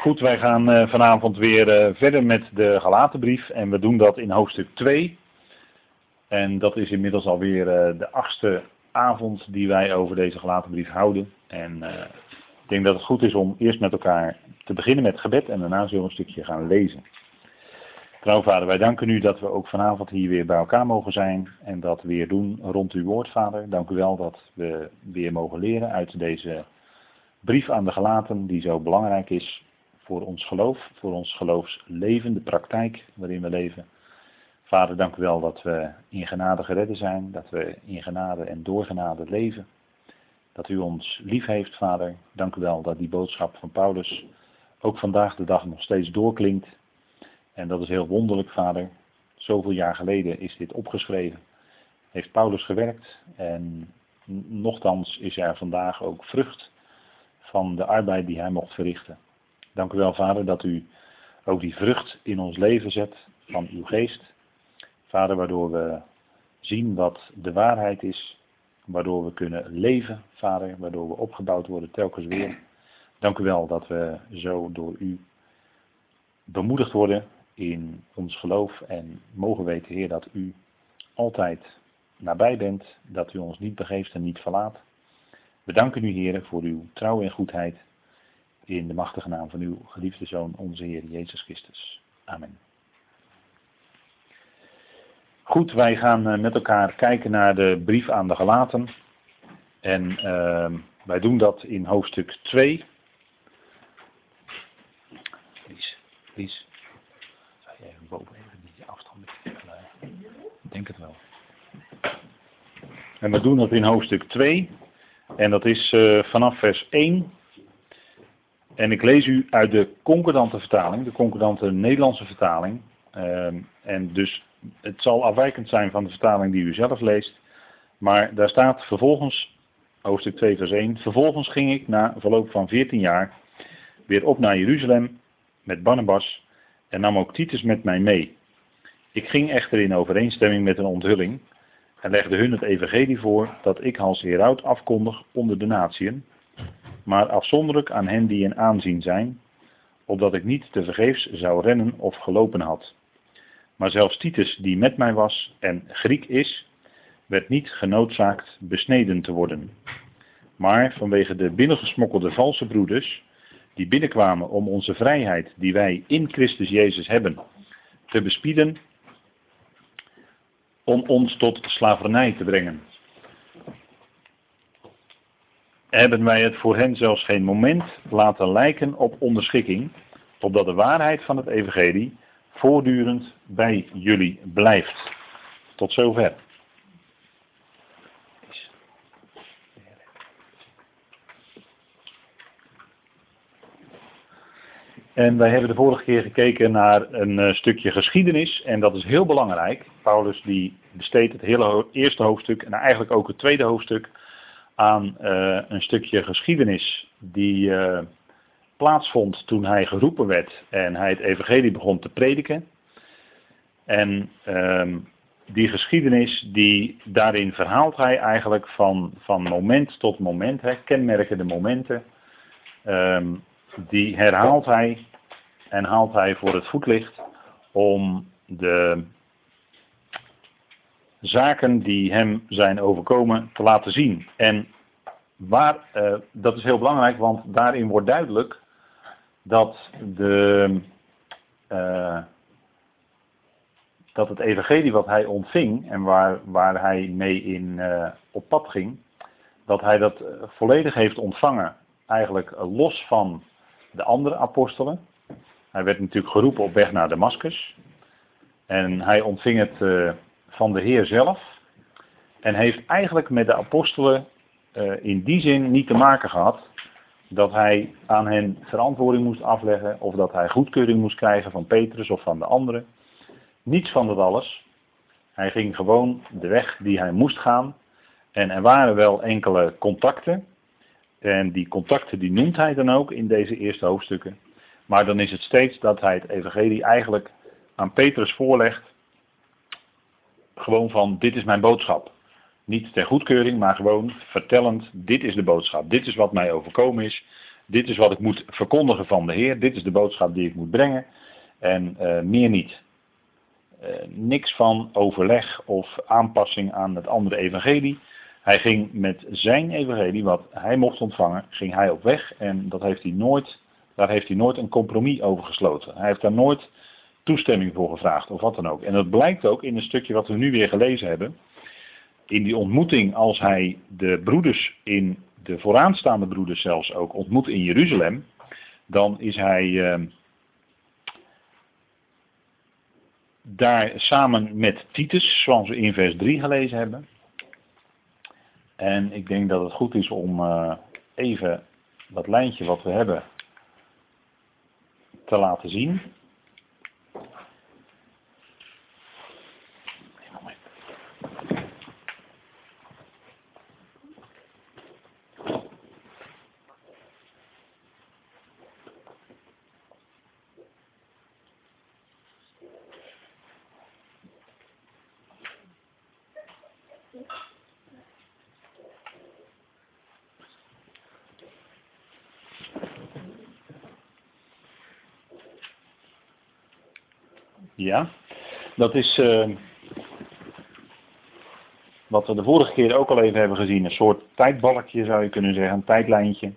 Goed, wij gaan vanavond weer verder met de Galatenbrief en we doen dat in hoofdstuk 2. En dat is inmiddels alweer de 8e avond die wij over deze Galatenbrief houden. En ik denk dat het goed is om eerst met elkaar te beginnen met gebed en daarna zullen we een stukje gaan lezen. Trouw Vader, wij danken u dat we ook vanavond hier weer bij elkaar mogen zijn en dat weer doen rond uw woord, Vader. Dank u wel dat we weer mogen leren uit deze brief aan de Galaten die zo belangrijk is voor ons geloof, voor ons geloofsleven, de praktijk waarin we leven. Vader, dank u wel dat we in genade geredden zijn, dat we in genade en door genade leven. Dat u ons lief heeft, Vader. Dank u wel dat die boodschap van Paulus ook vandaag de dag nog steeds doorklinkt. En dat is heel wonderlijk, Vader. Zoveel jaar geleden is dit opgeschreven. Heeft Paulus gewerkt en nochtans is er vandaag ook vrucht van de arbeid die hij mocht verrichten. Dank u wel, Vader, dat u ook die vrucht in ons leven zet van uw geest. Vader, waardoor we zien wat de waarheid is, waardoor we kunnen leven, Vader, waardoor we opgebouwd worden telkens weer. Dank u wel dat we zo door u bemoedigd worden in ons geloof en mogen weten, Heer, dat u altijd nabij bent, dat u ons niet begeeft en niet verlaat. We danken u, Heer, voor uw trouw en goedheid in de machtige naam van uw geliefde Zoon, onze Heer Jezus Christus. Amen. Goed, wij gaan met elkaar kijken naar de brief aan de Galaten. En wij doen dat in hoofdstuk 2. Lies. Zou je even boven even die afstand ik denk het wel. En we doen dat in hoofdstuk 2. En dat is vanaf vers 1. En ik lees u uit de concordante vertaling, de concordante Nederlandse vertaling. En dus het zal afwijkend zijn van de vertaling die u zelf leest. Maar daar staat vervolgens, hoofdstuk 2 vers 1. Vervolgens ging ik na verloop van 14 jaar weer op naar Jeruzalem met Barnabas en nam ook Titus met mij mee. Ik ging echter in overeenstemming met een onthulling en legde hun het evangelie voor dat ik als heraut afkondig onder de natieën, maar afzonderlijk aan hen die in aanzien zijn, opdat ik niet tevergeefs zou rennen of gelopen had. Maar zelfs Titus, die met mij was en Griek is, werd niet genoodzaakt besneden te worden. Maar vanwege de binnengesmokkelde valse broeders, die binnenkwamen om onze vrijheid, die wij in Christus Jezus hebben, te bespieden, om ons tot slavernij te brengen. Hebben wij het voor hen zelfs geen moment laten lijken op onderschikking, opdat de waarheid van het evangelie voortdurend bij jullie blijft. Tot zover. En wij hebben de vorige keer gekeken naar een stukje geschiedenis en dat is heel belangrijk. Paulus die besteedt het hele eerste hoofdstuk en eigenlijk ook het tweede hoofdstuk aan een stukje geschiedenis die plaatsvond toen hij geroepen werd en hij het evangelie begon te prediken. En die geschiedenis, daarin verhaalt hij eigenlijk van moment tot moment, kenmerkende momenten, die herhaalt hij en haalt hij voor het voetlicht om de zaken die hem zijn overkomen te laten zien. En dat is heel belangrijk, want daarin wordt duidelijk dat dat het evangelie wat hij ontving en waar hij mee op pad ging, dat hij dat volledig heeft ontvangen, eigenlijk los van de andere apostelen. Hij werd natuurlijk geroepen op weg naar Damascus en hij ontving het van de Heer zelf en heeft eigenlijk met de apostelen in die zin niet te maken gehad dat hij aan hen verantwoording moest afleggen of dat hij goedkeuring moest krijgen van Petrus of van de anderen. Niets van dat alles. Hij ging gewoon de weg die hij moest gaan en er waren wel enkele contacten en die contacten die noemt hij dan ook in deze eerste hoofdstukken. Maar dan is het steeds dat hij het evangelie eigenlijk aan Petrus voorlegt. Gewoon van, dit is mijn boodschap. Niet ter goedkeuring, maar gewoon vertellend, dit is de boodschap. Dit is wat mij overkomen is. dit is wat ik moet verkondigen van de Heer, dit is de boodschap die ik moet brengen en meer niet. Niks van overleg of aanpassing aan het andere evangelie. Hij ging met zijn evangelie, wat hij mocht ontvangen, ging hij op weg en daar heeft hij nooit een compromis over gesloten. Hij heeft daar nooit toestemming voor gevraagd of wat dan ook. En dat blijkt ook in een stukje wat we nu weer gelezen hebben. In die ontmoeting als hij de broeders, de vooraanstaande broeders zelfs ook ontmoet in Jeruzalem, dan is hij daar samen met Titus, zoals we in vers 3 gelezen hebben. En ik denk dat het goed is om even dat lijntje wat we hebben te laten zien. Ja, dat is wat we de vorige keer ook al even hebben gezien. Een soort tijdbalkje zou je kunnen zeggen, een tijdlijntje.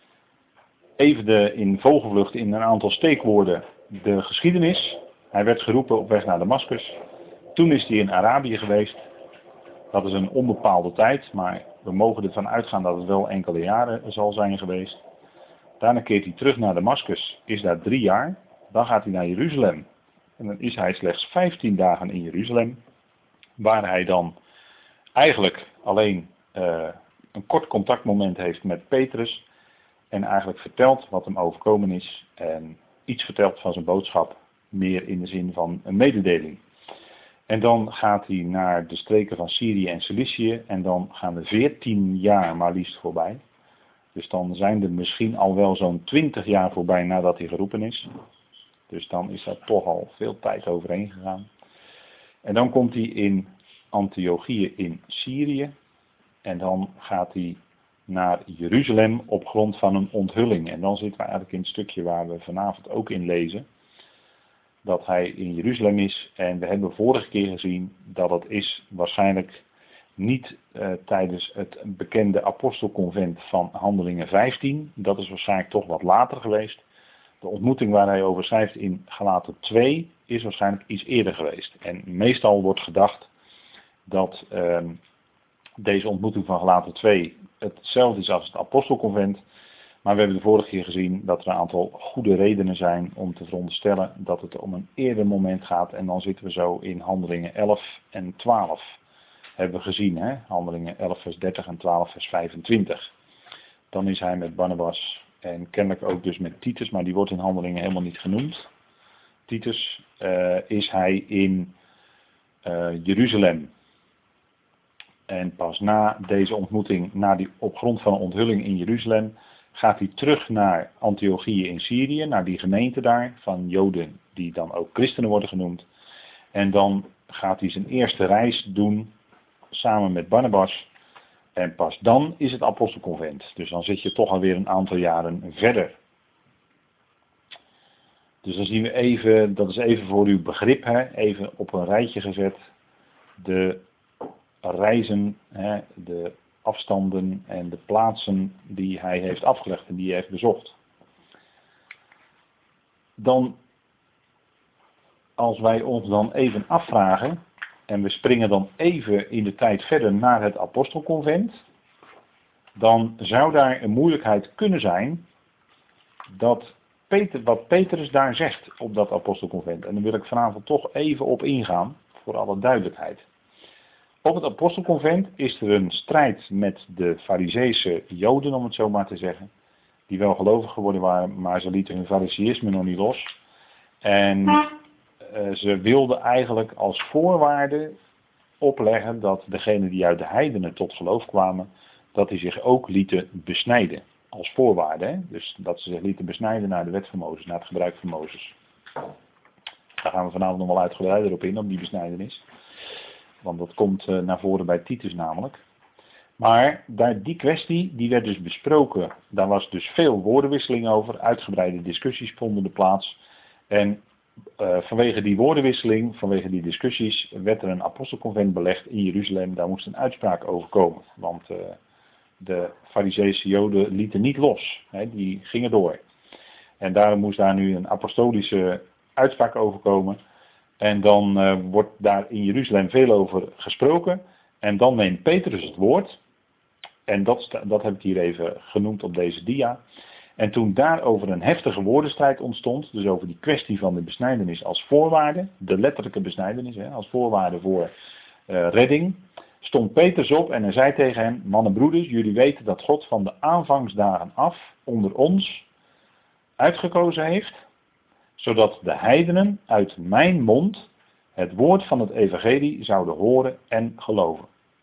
Even in vogelvlucht in een aantal steekwoorden de geschiedenis. Hij werd geroepen op weg naar Damascus. Toen is hij in Arabië geweest. Dat is een onbepaalde tijd, maar we mogen ervan uitgaan dat het wel enkele jaren zal zijn geweest. Daarna keert hij terug naar Damascus, is daar 3 jaar. Dan gaat hij naar Jeruzalem. En dan is hij slechts 15 dagen in Jeruzalem, waar hij dan eigenlijk alleen een kort contactmoment heeft met Petrus en eigenlijk vertelt wat hem overkomen is en iets vertelt van zijn boodschap, meer in de zin van een mededeling. En dan gaat hij naar de streken van Syrië en Cilicië en dan gaan er 14 jaar maar liefst voorbij. Dus dan zijn er misschien al wel zo'n 20 jaar voorbij nadat hij geroepen is. Dus dan is daar toch al veel tijd overheen gegaan. En dan komt hij in Antiochië in Syrië. En dan gaat hij naar Jeruzalem op grond van een onthulling. En dan zitten we eigenlijk in het stukje waar we vanavond ook in lezen. Dat hij in Jeruzalem is. En we hebben vorige keer gezien dat het is waarschijnlijk niet tijdens het bekende apostelconvent van Handelingen 15. Dat is waarschijnlijk toch wat later geweest. De ontmoeting waar hij over schrijft in Galaten 2 is waarschijnlijk iets eerder geweest. En meestal wordt gedacht dat deze ontmoeting van Galaten 2 hetzelfde is als het apostelconvent. Maar we hebben de vorige keer gezien dat er een aantal goede redenen zijn om te veronderstellen dat het om een eerder moment gaat. En dan zitten we zo in Handelingen 11 en 12. Hebben we gezien, hè? Handelingen 11 vers 30 en 12 vers 25. Dan is hij met Barnabas en kennelijk ook dus met Titus, maar die wordt in Handelingen helemaal niet genoemd. Titus is hij in Jeruzalem. En pas na deze ontmoeting, op grond van een onthulling in Jeruzalem, gaat hij terug naar Antiochië in Syrië, naar die gemeente daar van Joden die dan ook christenen worden genoemd. En dan gaat hij zijn eerste reis doen samen met Barnabas. En pas dan is het apostelconvent. Dus dan zit je toch alweer een aantal jaren verder. Dus dan zien we even, dat is even voor uw begrip, hè, even op een rijtje gezet. De reizen, hè, de afstanden en de plaatsen die hij heeft afgelegd en die hij heeft bezocht. Dan, als wij ons dan even afvragen, en we springen dan even in de tijd verder naar het apostelconvent, dan zou daar een moeilijkheid kunnen zijn dat wat Petrus daar zegt op dat apostelconvent. En daar wil ik vanavond toch even op ingaan, voor alle duidelijkheid. Op het apostelconvent is er een strijd met de Farizeese Joden, om het zo maar te zeggen, die wel gelovig geworden waren, maar ze lieten hun fariseïsme nog niet los. En ze wilden eigenlijk als voorwaarde opleggen dat degenen die uit de heidenen tot geloof kwamen, dat die zich ook lieten besnijden. Als voorwaarde, hè? Dus dat ze zich lieten besnijden naar de wet van Mozes, naar het gebruik van Mozes. Daar gaan we vanavond nog wel uitgebreider op in, op die besnijdenis. Want dat komt naar voren bij Titus namelijk. Maar die kwestie die werd dus besproken. Daar was dus veel woordenwisseling over. Uitgebreide discussies vonden er plaats. En vanwege die woordenwisseling, vanwege die discussies, werd er een apostelconvent belegd in Jeruzalem. Daar moest een uitspraak over komen. Want de Farizeese Joden lieten niet los. Hè, die gingen door. En daarom moest daar nu een apostolische uitspraak over komen. En dan wordt daar in Jeruzalem veel over gesproken. En dan neemt Petrus het woord. En dat heb ik hier even genoemd op deze dia. En toen daarover een heftige woordenstrijd ontstond, dus over die kwestie van de besnijdenis als voorwaarde, de letterlijke besnijdenis als voorwaarde voor redding, stond Petrus op en hij zei tegen hen: mannen broeders, jullie weten dat God van de aanvangsdagen af onder ons uitgekozen heeft, zodat de heidenen uit mijn mond het woord van het evangelie zouden horen en geloven.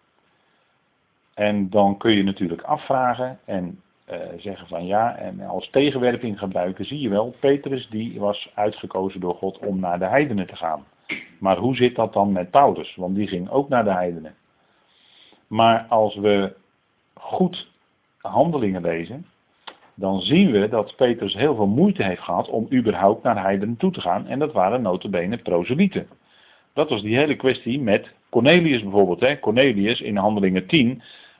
En dan kun je natuurlijk afvragen en zeggen van ja, en als tegenwerping gebruiken, zie je wel, Petrus die was uitgekozen door God om naar de heidenen te gaan. Maar hoe zit dat dan met Paulus? Want die ging ook naar de heidenen. Maar als we goed Handelingen lezen, dan zien we dat Petrus heel veel moeite heeft gehad om überhaupt naar heidenen toe te gaan. En dat waren nota bene proselieten. Dat was die hele kwestie met Cornelius bijvoorbeeld. Hè? Cornelius in Handelingen 10,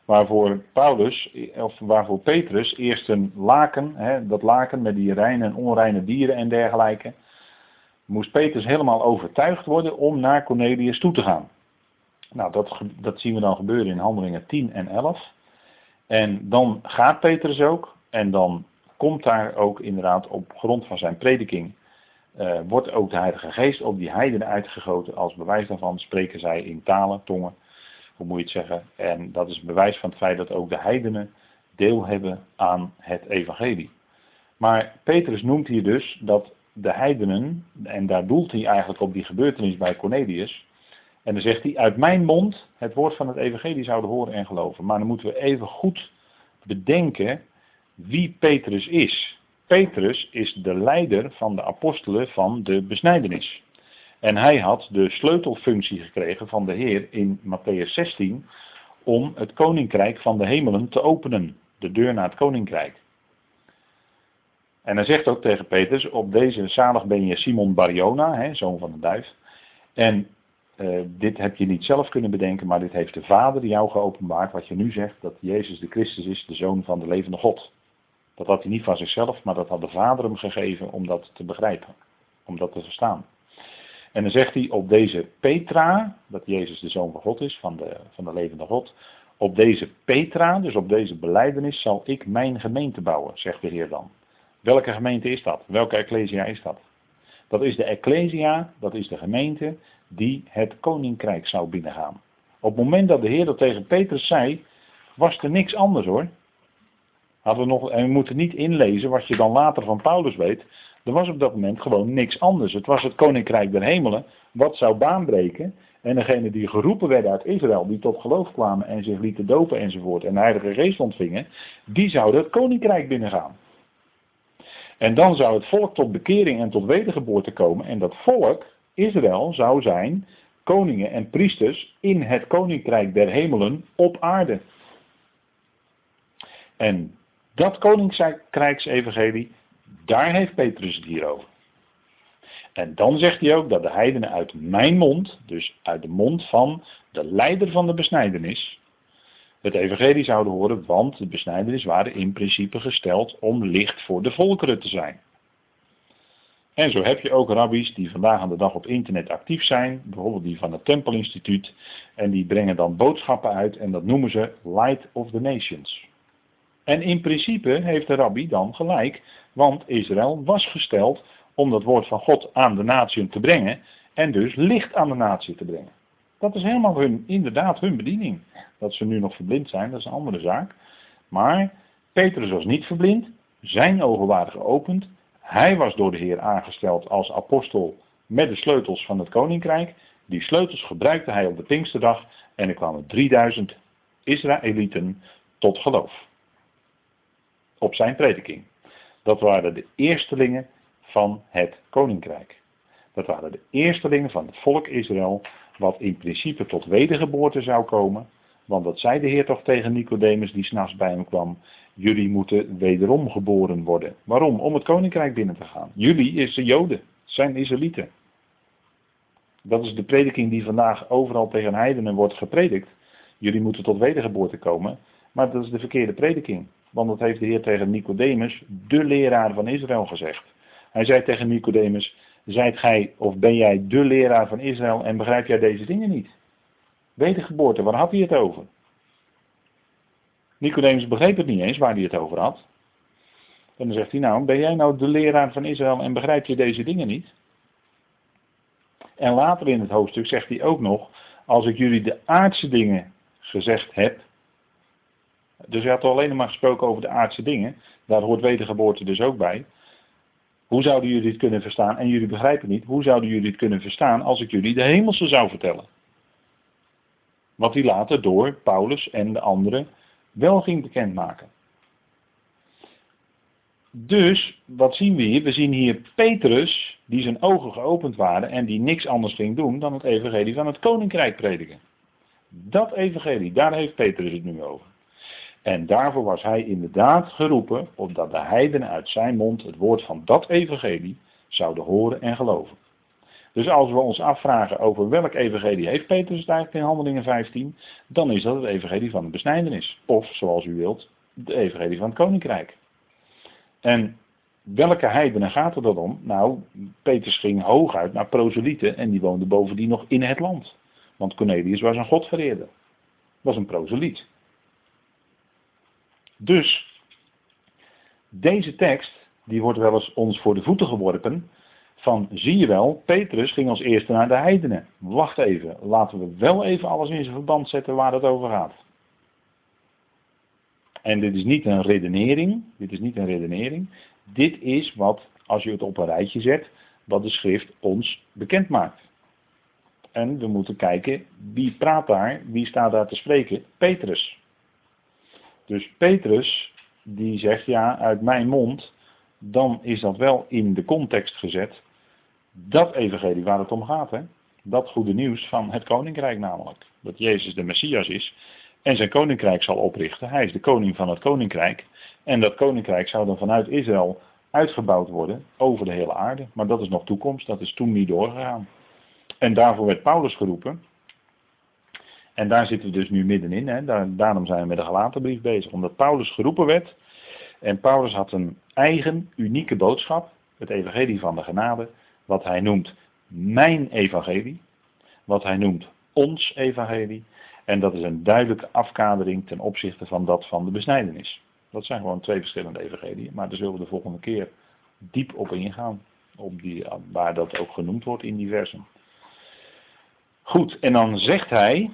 waarvoor Petrus eerst een laken, dat laken met die reine en onreine dieren en dergelijke, moest Petrus helemaal overtuigd worden om naar Cornelius toe te gaan. Nou, dat zien we dan gebeuren in Handelingen 10 en 11. En dan gaat Petrus ook, en dan komt daar ook inderdaad op grond van zijn prediking, wordt ook de Heilige Geest op die heidenen uitgegoten. Als bewijs daarvan spreken zij in talen, tongen, hoe moet je het zeggen. En dat is bewijs van het feit dat ook de heidenen deel hebben aan het evangelie. Maar Petrus noemt hier dus dat de heidenen, en daar doelt hij eigenlijk op die gebeurtenis bij Cornelius. En dan zegt hij, uit mijn mond het woord van het evangelie zouden horen en geloven. Maar dan moeten we even goed bedenken wie Petrus is. Petrus is de leider van de apostelen van de besnijdenis. En hij had de sleutelfunctie gekregen van de Heer in Mattheüs 16 om het koninkrijk van de hemelen te openen. De deur naar het koninkrijk. En hij zegt ook tegen Petrus, op deze zalig ben je Simon Barjona, zoon van de duif. En dit heb je niet zelf kunnen bedenken, maar dit heeft de Vader jou geopenbaard, wat je nu zegt, dat Jezus de Christus is, de Zoon van de levende God. Dat had hij niet van zichzelf, maar dat had de Vader hem gegeven om dat te begrijpen, om dat te verstaan. En dan zegt hij, op deze Petra, dat Jezus de Zoon van God is, van de levende God, op deze Petra, dus op deze belijdenis, zal ik mijn gemeente bouwen, zegt de Heer dan. Welke gemeente is dat? Welke ecclesia is dat? Dat is de ecclesia, dat is de gemeente die het koninkrijk zou binnengaan. Op het moment dat de Heer dat tegen Petrus zei, was er niks anders hoor. En we moeten niet inlezen wat je dan later van Paulus weet. Er was op dat moment gewoon niks anders. Het was het koninkrijk der hemelen wat zou baanbreken. En degene die geroepen werden uit Israël, die tot geloof kwamen en zich lieten dopen enzovoort en de Heilige Geest ontvingen, die zouden het koninkrijk binnengaan. En dan zou het volk tot bekering en tot wedergeboorte komen. En dat volk, Israël, zou zijn koningen en priesters in het koninkrijk der hemelen op aarde. En dat koninkrijksevangelie, daar heeft Petrus het hier over. En dan zegt hij ook dat de heidenen uit mijn mond, dus uit de mond van de leider van de besnijdenis, het evangelie zouden horen, want de besnijdenis waren in principe gesteld om licht voor de volkeren te zijn. En zo heb je ook rabbies die vandaag aan de dag op internet actief zijn, bijvoorbeeld die van het Tempelinstituut, en die brengen dan boodschappen uit en dat noemen ze Light of the Nations. En in principe heeft de rabbi dan gelijk, want Israël was gesteld om dat woord van God aan de natie te brengen en dus licht aan de natie te brengen. Dat is helemaal inderdaad hun bediening. Dat ze nu nog verblind zijn, dat is een andere zaak. Maar Petrus was niet verblind, zijn ogen waren geopend. Hij was door de Heer aangesteld als apostel met de sleutels van het koninkrijk. Die sleutels gebruikte hij op de Pinksterdag en er kwamen 3000 Israëlieten tot geloof. Op zijn prediking. Dat waren de eerstelingen van het koninkrijk. Dat waren de eerstelingen van het volk Israël, wat in principe tot wedergeboorte zou komen, Want dat zei de Heer toch tegen Nicodemus die 's nachts bij hem kwam. Jullie moeten wederom geboren worden. Waarom? Om het koninkrijk binnen te gaan. Jullie is de Joden, zijn Israëlieten. Dat is de prediking die vandaag overal tegen heidenen wordt gepredikt. Jullie moeten tot wedergeboorte komen. Maar dat is de verkeerde prediking. Want dat heeft de Heer tegen Nicodemus, de leraar van Israël, gezegd. Hij zei tegen Nicodemus, zijt gij of ben jij de leraar van Israël en begrijp jij deze dingen niet? Wedergeboorte, waar had hij het over? Nicodemus begreep het niet eens waar hij het over had. En dan zegt hij, nou, ben jij nou de leraar van Israël en begrijp je deze dingen niet? En later in het hoofdstuk zegt hij ook nog, als ik jullie de aardse dingen gezegd heb. Dus hij had alleen maar gesproken over de aardse dingen. Daar hoort wedergeboorte dus ook bij. Hoe zouden jullie het kunnen verstaan? En jullie begrijpen niet, hoe zouden jullie het kunnen verstaan als ik jullie de hemelse zou vertellen? Wat hij later door Paulus en de anderen wel ging bekendmaken. Dus, wat zien we hier? We zien hier Petrus, die zijn ogen geopend waren en die niks anders ging doen dan het evangelie van het koninkrijk prediken. Dat evangelie, daar heeft Petrus het nu over. En daarvoor was hij inderdaad geroepen, opdat de heidenen uit zijn mond het woord van dat evangelie zouden horen en geloven. Dus als we ons afvragen over welk evangelie heeft Petrus het eigenlijk in Handelingen 15, dan is dat het evangelie van de besnijdenis. Of, zoals u wilt, het evangelie van het koninkrijk. En welke heidenen gaat er dan om? Nou, Petrus ging hooguit naar proselieten en die woonden bovendien nog in het land. Want Cornelius was een godvereerder. Was een proseliet. Dus, deze tekst, die wordt wel eens ons voor de voeten geworpen. Van, zie je wel, Petrus ging als eerste naar de heidenen. Wacht even, laten we wel even alles in zijn verband zetten waar het over gaat. En dit is niet een redenering. Dit is wat, als je het op een rijtje zet, wat de schrift ons bekend maakt. En we moeten kijken, wie praat daar, wie staat daar te spreken? Petrus. Dus Petrus, die zegt, ja, uit mijn mond, dan is dat wel in de context gezet. Dat evangelie waar het om gaat, hè? Dat goede nieuws van het koninkrijk namelijk. Dat Jezus de Messias is en zijn koninkrijk zal oprichten. Hij is de koning van het koninkrijk. En dat koninkrijk zou dan vanuit Israël uitgebouwd worden over de hele aarde. Maar dat is nog toekomst, dat is toen niet doorgegaan. En daarvoor werd Paulus geroepen. En daar zitten we dus nu middenin. Hè? Daarom zijn we met de Galatenbrief bezig. Omdat Paulus geroepen werd. En Paulus had een eigen, unieke boodschap. Het evangelie van de genade. Wat hij noemt mijn evangelie. Wat hij noemt ons evangelie. En dat is een duidelijke afkadering ten opzichte van dat van de besnijdenis. Dat zijn gewoon twee verschillende evangelieën. Maar daar zullen we de volgende keer diep op ingaan. Waar dat ook genoemd wordt in die versen. Goed, en dan zegt hij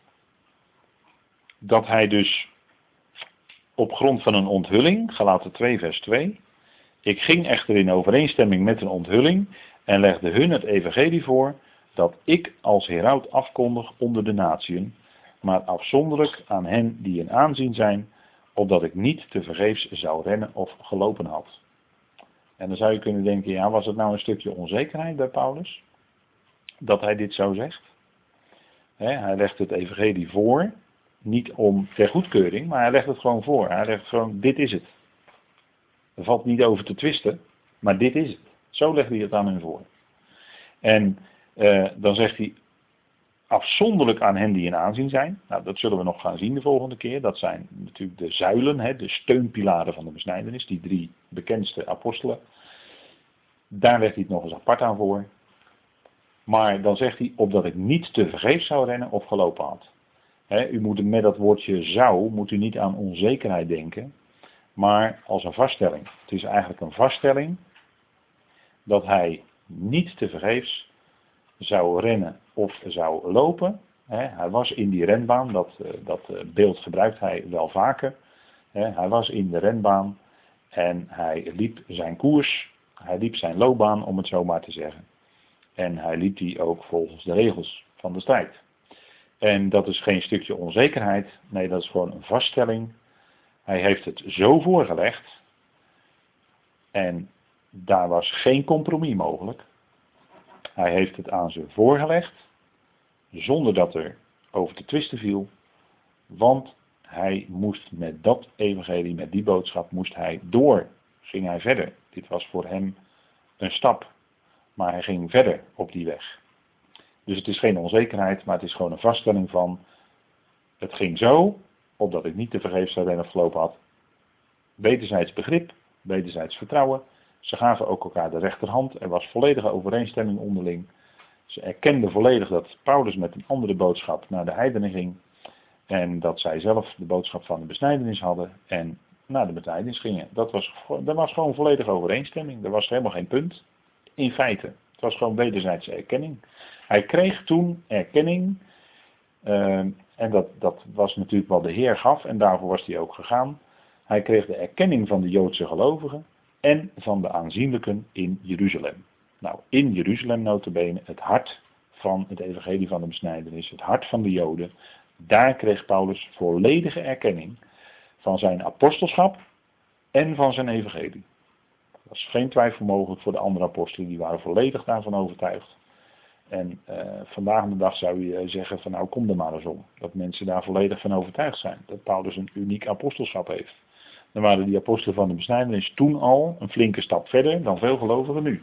dat hij dus op grond van een onthulling, Galaten 2 vers 2, ik ging echter in overeenstemming met een onthulling en legde hun het evangelie voor dat ik als heraut afkondig onder de natieën, maar afzonderlijk aan hen die in aanzien zijn, opdat ik niet tevergeefs zou rennen of gelopen had. En dan zou je kunnen denken, ja, was het nou een stukje onzekerheid bij Paulus? Dat hij dit zo zegt? Hij legt het evangelie voor, niet om ter goedkeuring, maar hij legt het gewoon voor. Hij legt gewoon, dit is het. Er valt niet over te twisten, maar dit is het. Zo legt hij het aan hen voor. En dan zegt hij, afzonderlijk aan hen die in aanzien zijn. Nou, dat zullen we nog gaan zien de volgende keer. Dat zijn natuurlijk de zuilen, de steunpilaren van de besnijdenis, die 3 bekendste apostelen. Daar legt hij het nog eens apart aan voor. Maar dan zegt hij, opdat ik niet tevergeefs zou rennen of gelopen had. U moet met dat woordje zou, moet u niet aan onzekerheid denken, maar als een vaststelling. Het is eigenlijk een vaststelling dat hij niet tevergeefs zou rennen of zou lopen. Hij was in die renbaan, dat beeld gebruikt hij wel vaker. Hij was in de renbaan en hij liep zijn koers, hij liep zijn loopbaan om het zo maar te zeggen. En hij liep die ook volgens de regels van de strijd. En dat is geen stukje onzekerheid, nee, dat is gewoon een vaststelling. Hij heeft het zo voorgelegd en daar was geen compromis mogelijk. Hij heeft het aan ze voorgelegd, zonder dat er over te twisten viel. Want hij moest met dat evangelie, met die boodschap, moest hij door. Ging hij verder. Dit was voor hem een stap. Maar hij ging verder op die weg. Dus het is geen onzekerheid, maar het is gewoon een vaststelling van, het ging zo, opdat ik niet te vergeefs zou zijn afgelopen had. Wederzijds begrip, wederzijds vertrouwen. Ze gaven ook elkaar de rechterhand. Er was volledige overeenstemming onderling. Ze erkenden volledig dat Paulus met een andere boodschap naar de heidenen ging. En dat zij zelf de boodschap van de besnijdenis hadden en naar de besnijdenis gingen. Dat was gewoon volledige overeenstemming. Er was helemaal geen punt. In feite. Het was gewoon wederzijdse erkenning. Hij kreeg toen erkenning. En dat was natuurlijk wat de Heer gaf. En daarvoor was hij ook gegaan. Hij kreeg de erkenning van de Joodse gelovigen. En van de aanzienlijken in Jeruzalem. Nou, in Jeruzalem nota bene, het hart van het evangelie van de besnijdenis. Het hart van de Joden. Daar kreeg Paulus volledige erkenning van zijn apostelschap en van zijn evangelie. Er was geen twijfel mogelijk voor de andere apostelen, die waren volledig daarvan overtuigd. En vandaag de dag zou je zeggen van nou kom er maar eens om. Dat mensen daar volledig van overtuigd zijn. Dat Paulus een uniek apostelschap heeft. Dan waren die apostelen van de besnijdenis toen al een flinke stap verder dan veel gelovigen nu.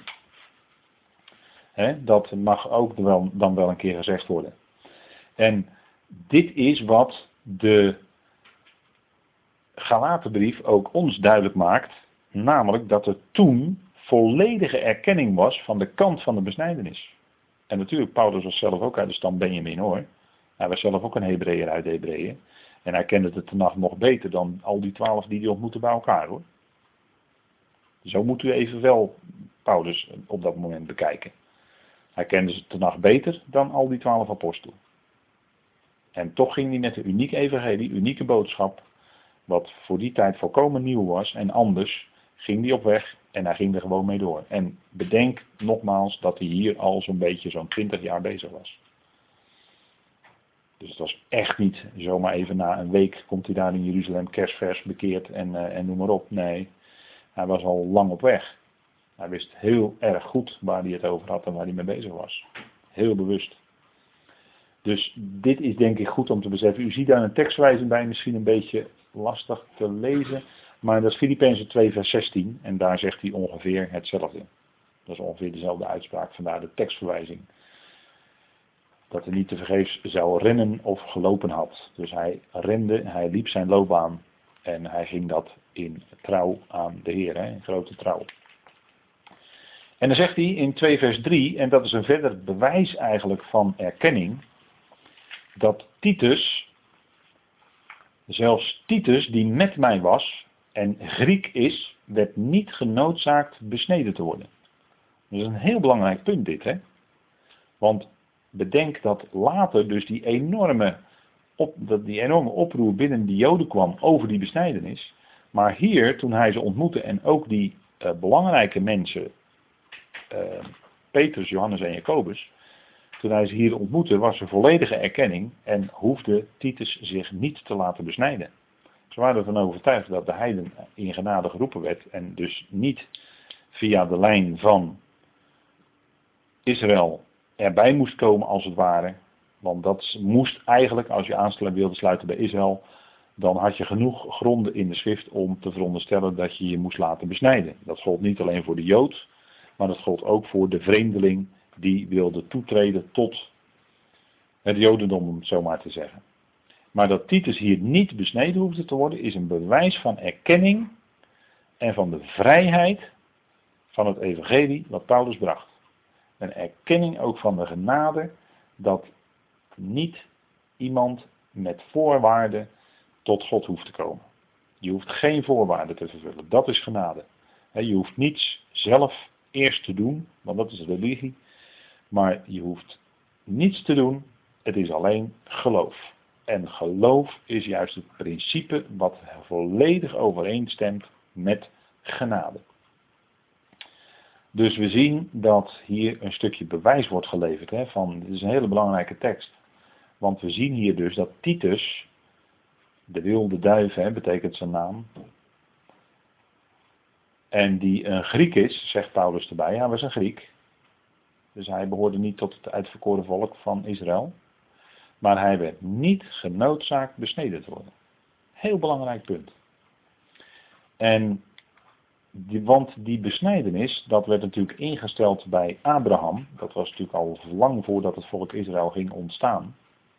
Dat mag ook dan wel een keer gezegd worden. En dit is wat de Galatenbrief ook ons duidelijk maakt. Namelijk dat er toen volledige erkenning was van de kant van de besnijdenis. En natuurlijk, Paulus was zelf ook uit de stam Benjamin hoor. Hij was zelf ook een Hebreeër uit Hebreeën. En hij kende de Tenach nog beter dan al die 12 die hij ontmoette bij elkaar hoor. Zo moet u even wel Paulus op dat moment bekijken. Hij kende de Tenach beter dan al die 12 apostelen. En toch ging hij met de unieke evangelie, unieke boodschap, wat voor die tijd volkomen nieuw was en anders, ging hij op weg en hij ging er gewoon mee door. En bedenk nogmaals dat hij hier al zo'n beetje zo'n 20 jaar bezig was. Dus het was echt niet zomaar even na een week komt hij daar in Jeruzalem kerstvers bekeerd en noem maar op. Nee, hij was al lang op weg. Hij wist heel erg goed waar hij het over had en waar hij mee bezig was. Heel bewust. Dus dit is denk ik goed om te beseffen. U ziet daar een tekstwijzing bij, misschien een beetje lastig te lezen. Maar dat is Filippenzen 2 vers 16 en daar zegt hij ongeveer hetzelfde. Dat is ongeveer dezelfde uitspraak, vandaar de tekstverwijzing. Dat hij niet te vergeefs zou rennen of gelopen had. Dus hij rende, hij liep zijn loopbaan en hij ging dat in trouw aan de Heer, in grote trouw. En dan zegt hij in 2 vers 3, en dat is een verder bewijs eigenlijk van erkenning, dat Titus, zelfs Titus die met mij was en Griek is, werd niet genoodzaakt besneden te worden. Dat is een heel belangrijk punt dit, hè. Want bedenk dat later dus die enorme oproer binnen de Joden kwam over die besnijdenis. Maar hier, toen hij ze ontmoette en ook die belangrijke mensen, Petrus, Johannes en Jacobus, toen hij ze hier ontmoette, was er volledige erkenning en hoefde Titus zich niet te laten besnijden. Ze waren ervan overtuigd dat de heiden in genade geroepen werd en dus niet via de lijn van Israël erbij moest komen als het ware. Want dat moest eigenlijk, als je aanstelling wilde sluiten bij Israël, dan had je genoeg gronden in de schrift om te veronderstellen dat je je moest laten besnijden. Dat gold niet alleen voor de Jood, maar dat gold ook voor de vreemdeling die wilde toetreden tot het Jodendom, om het zo maar te zeggen. Maar dat Titus hier niet besneden hoefde te worden, is een bewijs van erkenning en van de vrijheid van het evangelie wat Paulus bracht. Een erkenning ook van de genade dat niet iemand met voorwaarden tot God hoeft te komen. Je hoeft geen voorwaarden te vervullen, dat is genade. Je hoeft niets zelf eerst te doen, want dat is religie. Maar je hoeft niets te doen, het is alleen geloof. En geloof is juist het principe wat volledig overeenstemt met genade. Dus we zien dat hier een stukje bewijs wordt geleverd. Dit is een hele belangrijke tekst. Want we zien hier dus dat Titus, de wilde duif betekent zijn naam. En die een Griek is, zegt Paulus erbij. Hij was een Griek. Dus hij behoorde niet tot het uitverkoren volk van Israël. maar hij werd niet genoodzaakt besneden te worden. Heel belangrijk punt. Want die besnijdenis, dat werd natuurlijk ingesteld bij Abraham. Dat was natuurlijk al lang voordat het volk Israël ging ontstaan.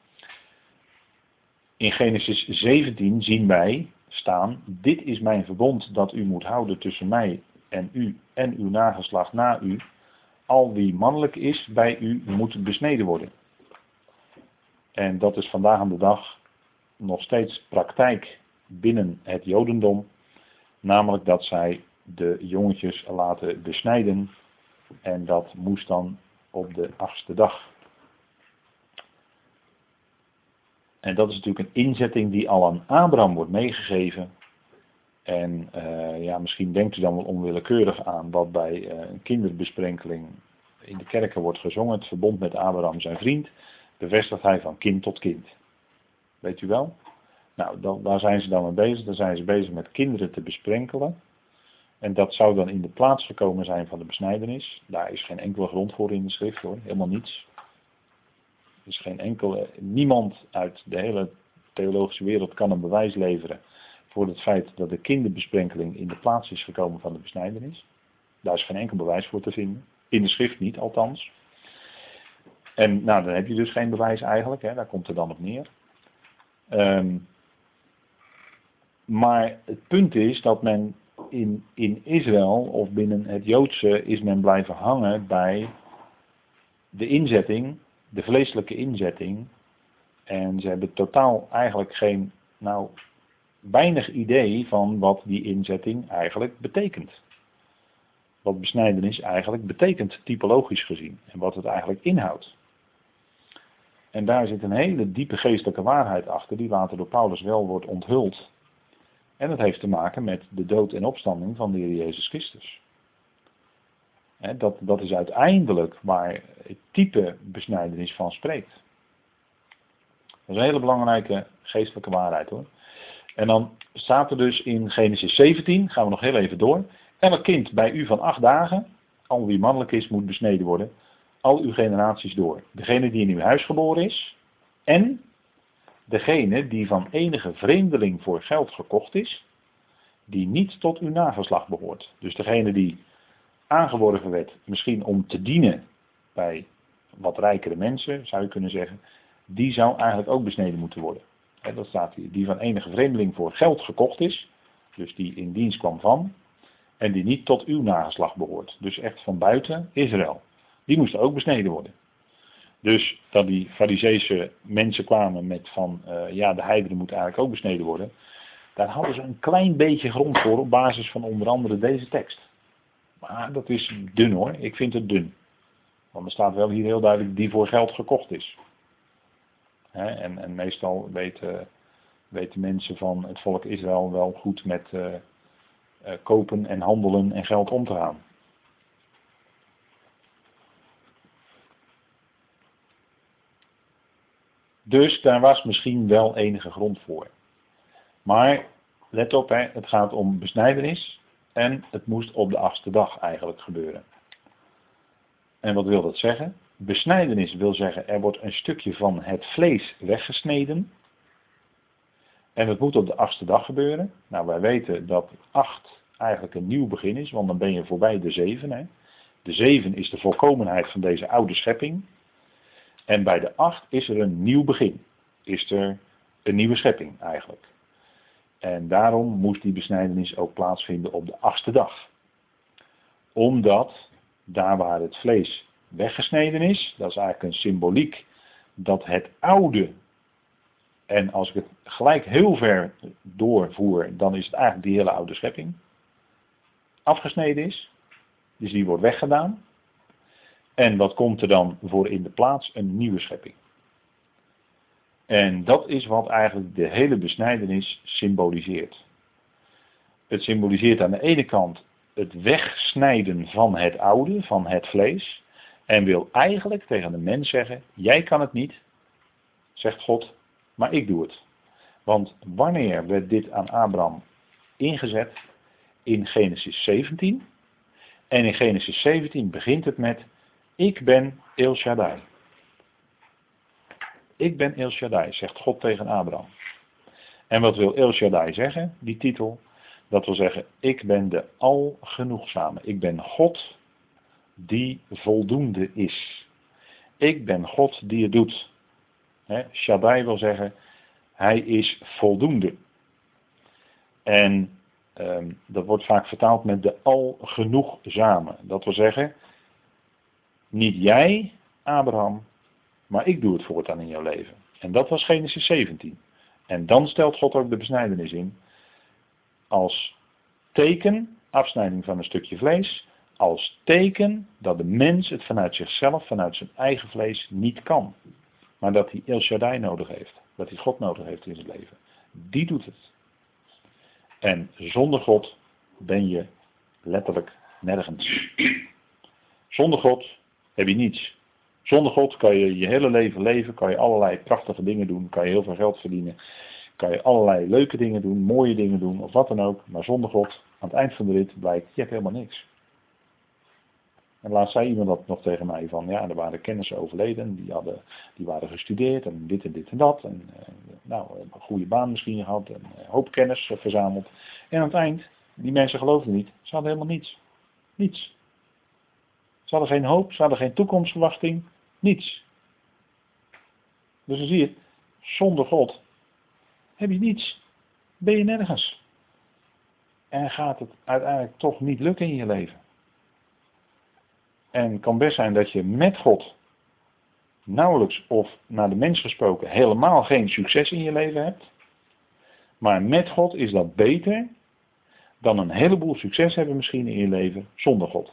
In Genesis 17 zien wij staan: dit is mijn verbond dat u moet houden tussen mij en u en uw nageslacht na u. Al wie mannelijk is bij u moet besneden worden. En dat is vandaag aan de dag nog steeds praktijk binnen het Jodendom. Namelijk dat zij de jongetjes laten besnijden. En dat moest dan op de 8e dag. En dat is natuurlijk een inzetting die al aan Abraham wordt meegegeven. En misschien denkt u dan wel onwillekeurig aan wat bij een kinderbesprenkeling in de kerken wordt gezongen. Het verbond met Abraham zijn vriend. Bevestigt hij van kind tot kind. Weet u wel? Nou, daar zijn ze dan mee bezig. Daar zijn ze bezig met kinderen te besprenkelen. En dat zou dan in de plaats gekomen zijn van de besnijdenis. Daar is geen enkele grond voor in de schrift hoor. Helemaal niets. Er is geen enkele, niemand uit de hele theologische wereld kan een bewijs leveren voor het feit dat de kinderbesprenkeling in de plaats is gekomen van de besnijdenis. Daar is geen enkel bewijs voor te vinden. In de schrift niet althans. En dan heb je dus geen bewijs eigenlijk. Hè. Daar komt het dan op neer. Maar het punt is dat men in Israël of binnen het Joodse is men blijven hangen bij de inzetting, de vleeselijke inzetting. En ze hebben totaal eigenlijk weinig idee van wat die inzetting eigenlijk betekent. Wat besnijdenis eigenlijk betekent, typologisch gezien. En wat het eigenlijk inhoudt. En daar zit een hele diepe geestelijke waarheid achter, die later door Paulus wel wordt onthuld. En dat heeft te maken met de dood en opstanding van de Heer Jezus Christus. Dat is uiteindelijk waar het type besnijdenis van spreekt. Dat is een hele belangrijke geestelijke waarheid hoor. En dan staat er dus in Genesis 17, gaan we nog heel even door. Elk kind bij u van 8 dagen, al wie mannelijk is, moet besneden worden. Al uw generaties door. Degene die in uw huis geboren is. En degene die van enige vreemdeling voor geld gekocht is. Die niet tot uw nageslacht behoort. Dus degene die aangeworven werd, misschien om te dienen bij wat rijkere mensen, zou je kunnen zeggen. Die zou eigenlijk ook besneden moeten worden. Dat staat hier. Die van enige vreemdeling voor geld gekocht is. Dus die in dienst kwam van. En die niet tot uw nageslacht behoort. Dus echt van buiten Israël. Die moesten ook besneden worden. Dus dat die Farizeese mensen kwamen met van, de heidenen moeten eigenlijk ook besneden worden. Daar hadden ze een klein beetje grond voor op basis van onder andere deze tekst. Maar dat is dun hoor, ik vind het dun. Want er staat wel hier heel duidelijk die voor geld gekocht is. En meestal weten mensen van het volk Israël wel goed met kopen en handelen en geld om te gaan. Dus daar was misschien wel enige grond voor. Maar let op, het gaat om besnijdenis en het moest op de 8e dag eigenlijk gebeuren. En wat wil dat zeggen? Besnijdenis wil zeggen er wordt een stukje van het vlees weggesneden. En het moet op de 8e dag gebeuren. Nou, wij weten dat 8 eigenlijk een nieuw begin is, want dan ben je voorbij de 7. De 7 is de volkomenheid van deze oude schepping. En bij de 8 is er een nieuw begin. Is er een nieuwe schepping eigenlijk. En daarom moest die besnijdenis ook plaatsvinden op de 8e dag. Omdat daar waar het vlees weggesneden is, dat is eigenlijk een symboliek dat het oude, en als ik het gelijk heel ver doorvoer, dan is het eigenlijk die hele oude schepping, afgesneden is. Dus die wordt weggedaan. En wat komt er dan voor in de plaats? Een nieuwe schepping. En dat is wat eigenlijk de hele besnijdenis symboliseert. Het symboliseert aan de ene kant het wegsnijden van het oude, van het vlees. En wil eigenlijk tegen de mens zeggen, jij kan het niet, zegt God, maar ik doe het. Want wanneer werd dit aan Abraham ingezet? In Genesis 17. En in Genesis 17 begint het met, ik ben El Shaddai. Ik ben El Shaddai, zegt God tegen Abraham. En wat wil El Shaddai zeggen, die titel? Dat wil zeggen, ik ben de algenoegzame. Ik ben God die voldoende is. Ik ben God die het doet. Shaddai wil zeggen, hij is voldoende. En dat wordt vaak vertaald met de algenoegzame. Dat wil zeggen, niet jij, Abraham, maar ik doe het voortaan in jouw leven. En dat was Genesis 17. En dan stelt God ook de besnijdenis in. Als teken, afsnijding van een stukje vlees. Als teken dat de mens het vanuit zichzelf, vanuit zijn eigen vlees niet kan. Maar dat hij El Shaddai nodig heeft. Dat hij God nodig heeft in zijn leven. Die doet het. En zonder God ben je letterlijk nergens. Zonder God heb je niets. Zonder God kan je je hele leven leven, kan je allerlei prachtige dingen doen, kan je heel veel geld verdienen, kan je allerlei leuke dingen doen, mooie dingen doen of wat dan ook. Maar zonder God, aan het eind van de rit blijkt, je hebt helemaal niks. En laatst zei iemand dat nog tegen mij van, ja, er waren kennissen overleden, die waren gestudeerd en dit en dat. En een goede baan misschien gehad en een hoop kennis verzameld. En aan het eind, die mensen geloofden niet, ze hadden helemaal niets. Niets. Ze hadden geen hoop, ze hadden geen toekomstverwachting, niets. Dus dan zie je, zonder God heb je niets, ben je nergens. En gaat het uiteindelijk toch niet lukken in je leven. En het kan best zijn dat je met God nauwelijks of naar de mens gesproken helemaal geen succes in je leven hebt. Maar met God is dat beter dan een heleboel succes hebben misschien in je leven zonder God.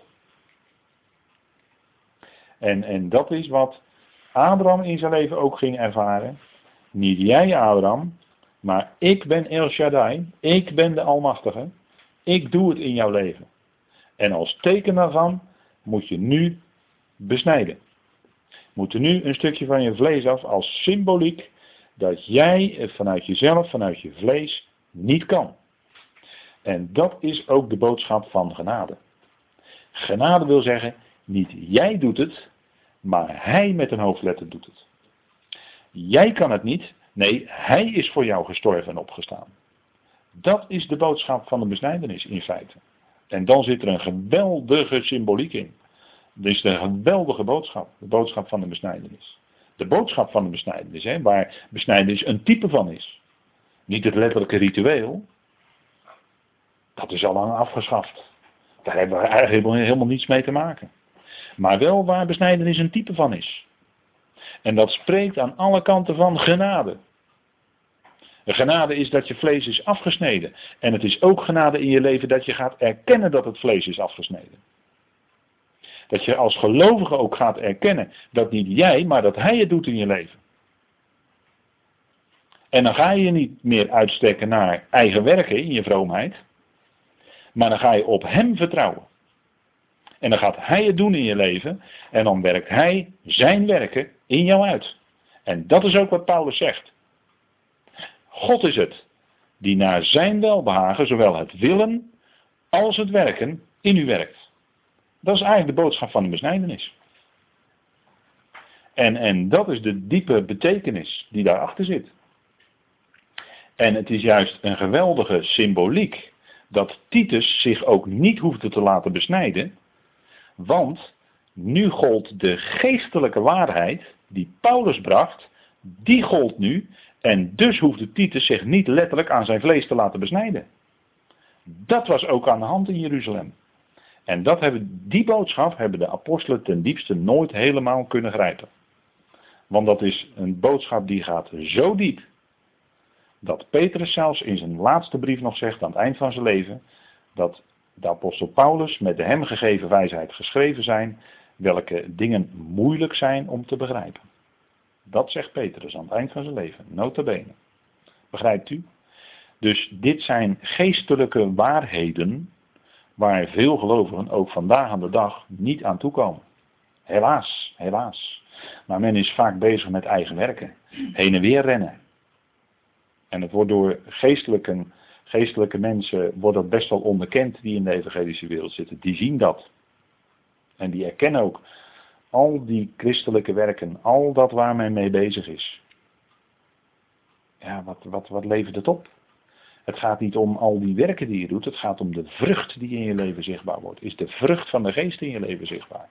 En dat is wat Abraham in zijn leven ook ging ervaren. Niet jij, Abraham, maar ik ben El Shaddai. Ik ben de Almachtige. Ik doe het in jouw leven. En als teken daarvan moet je nu besnijden. Moet er nu een stukje van je vlees af als symboliek dat jij het vanuit jezelf, vanuit je vlees niet kan. En dat is ook de boodschap van genade. Genade wil zeggen, niet jij doet het, maar hij met een hoofdletter doet het. Jij kan het niet, nee, hij is voor jou gestorven en opgestaan. Dat is de boodschap van de besnijdenis in feite. En dan zit er een geweldige symboliek in. Dit is een geweldige boodschap, de boodschap van de besnijdenis. De boodschap van de besnijdenis, waar besnijdenis een type van is. Niet het letterlijke ritueel, dat is al lang afgeschaft. Daar hebben we eigenlijk helemaal niets mee te maken. Maar wel waar besnijdenis een type van is. En dat spreekt aan alle kanten van genade. De genade is dat je vlees is afgesneden. En het is ook genade in je leven dat je gaat erkennen dat het vlees is afgesneden. Dat je als gelovige ook gaat erkennen dat niet jij, maar dat hij het doet in je leven. En dan ga je niet meer uitstrekken naar eigen werken in je vroomheid. Maar dan ga je op hem vertrouwen. En dan gaat hij het doen in je leven. En dan werkt hij zijn werken in jou uit. En dat is ook wat Paulus zegt. God is het die naar zijn welbehagen zowel het willen als het werken in u werkt. Dat is eigenlijk de boodschap van de besnijdenis. En dat is de diepe betekenis die daarachter zit. En het is juist een geweldige symboliek dat Titus zich ook niet hoefde te laten besnijden. Want nu gold de geestelijke waarheid die Paulus bracht, die gold nu. En dus hoefde Titus zich niet letterlijk aan zijn vlees te laten besnijden. Dat was ook aan de hand in Jeruzalem. En die boodschap hebben de apostelen ten diepste nooit helemaal kunnen grijpen. Want dat is een boodschap die gaat zo diep. Dat Petrus zelfs in zijn laatste brief nog zegt aan het eind van zijn leven. Dat de apostel Paulus met de hem gegeven wijsheid geschreven zijn. Welke dingen moeilijk zijn om te begrijpen. Dat zegt Petrus aan het eind van zijn leven. Nota bene. Begrijpt u? Dus dit zijn geestelijke waarheden. Waar veel gelovigen ook vandaag aan de dag niet aan toekomen. Helaas, helaas. Maar men is vaak bezig met eigen werken. Heen en weer rennen. En het wordt door geestelijke mensen wordt dat best wel onderkend die in de evangelische wereld zitten. Die zien dat. En die erkennen ook al die christelijke werken, al dat waar men mee bezig is. ja, wat levert het op? Het gaat niet om al die werken die je doet, het gaat om de vrucht die in je leven zichtbaar wordt. Is de vrucht van de geest in je leven zichtbaar?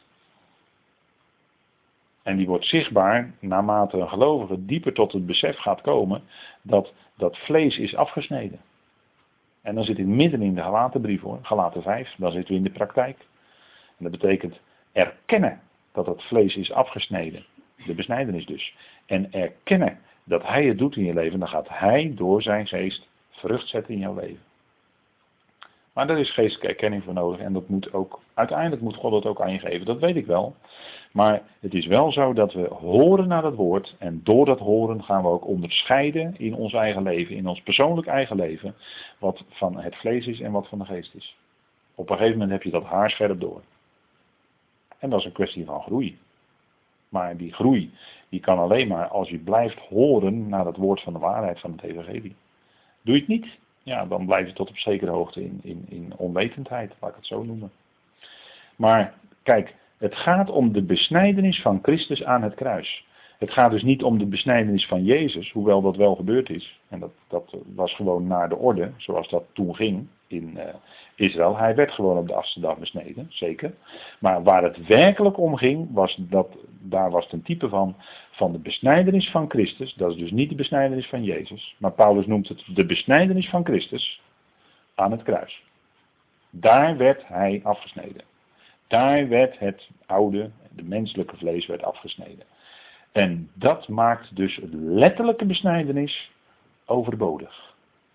En die wordt zichtbaar naarmate een gelovige dieper tot het besef gaat komen dat dat vlees is afgesneden. En dan zit het midden in de Galatenbrief hoor, Galaten 5, dan zitten we in de praktijk. En dat betekent erkennen dat het vlees is afgesneden, de besnijdenis dus. En erkennen dat hij het doet in je leven, dan gaat hij door zijn geest vrucht zetten in jouw leven. Maar daar is geestelijke erkenning voor nodig en dat moet ook, uiteindelijk moet God het ook aan je geven, dat weet ik wel. Maar het is wel zo dat we horen naar het woord en door dat horen gaan we ook onderscheiden in ons eigen leven, in ons persoonlijk eigen leven, wat van het vlees is en wat van de geest is. Op een gegeven moment heb je dat haarscherp door. En dat is een kwestie van groei. Maar die groei, die kan alleen maar als je blijft horen naar het woord van de waarheid van het evangelie. Doe je het niet, ja, dan blijf je tot op zekere hoogte in onwetendheid, laat ik het zo noemen. Maar kijk, het gaat om de besnijdenis van Christus aan het kruis. Het gaat dus niet om de besnijdenis van Jezus, hoewel dat wel gebeurd is. En dat was gewoon naar de orde, zoals dat toen ging in Israël. Hij werd gewoon op de 8e dag besneden, zeker. Maar waar het werkelijk om ging, daar was het een type van de besnijdenis van Christus. Dat is dus niet de besnijdenis van Jezus. Maar Paulus noemt het de besnijdenis van Christus aan het kruis. Daar werd hij afgesneden. Daar werd het oude, de menselijke vlees werd afgesneden. En dat maakt dus de letterlijke besnijdenis overbodig.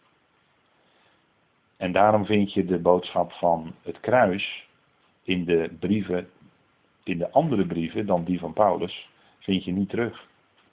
En daarom vind je de boodschap van het kruis in de brieven, in de andere brieven dan die van Paulus, vind je niet terug.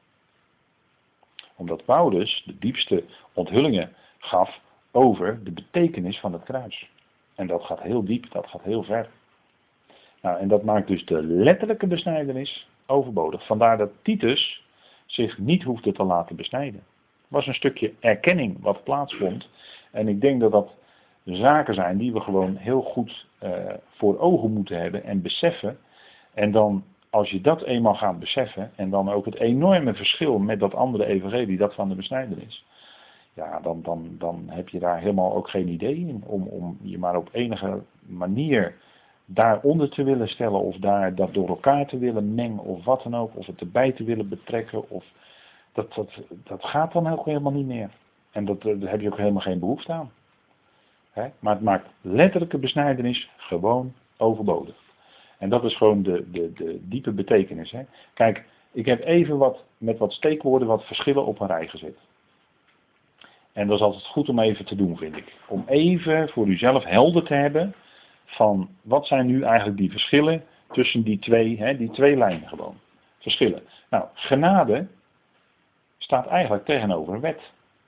Omdat Paulus de diepste onthullingen gaf over de betekenis van het kruis. En dat gaat heel diep, dat gaat heel ver. Nou, en dat maakt dus de letterlijke besnijdenis overbodig. Vandaar dat Titus zich niet hoefde te laten besnijden. Het was een stukje erkenning wat plaatsvond. En ik denk dat dat zaken zijn die we gewoon heel goed voor ogen moeten hebben en beseffen. En dan, als je dat eenmaal gaat beseffen, en dan ook het enorme verschil met dat andere evangelie, dat van de besnijdenis. Ja, dan heb je daar helemaal ook geen idee in. Om je maar op enige manier daaronder te willen stellen of dat door elkaar te willen mengen of wat dan ook. Of het erbij te willen betrekken. Of dat gaat dan ook helemaal niet meer. En daar heb je ook helemaal geen behoefte aan. Maar het maakt letterlijke besnijdenis gewoon overbodig. En dat is gewoon de diepe betekenis. Kijk, ik heb even met wat steekwoorden wat verschillen op een rij gezet. En dat is altijd goed om even te doen, vind ik. Om even voor uzelf helder te hebben van wat zijn nu eigenlijk die verschillen tussen die twee lijnen gewoon. Verschillen. Nou, genade staat eigenlijk tegenover een wet.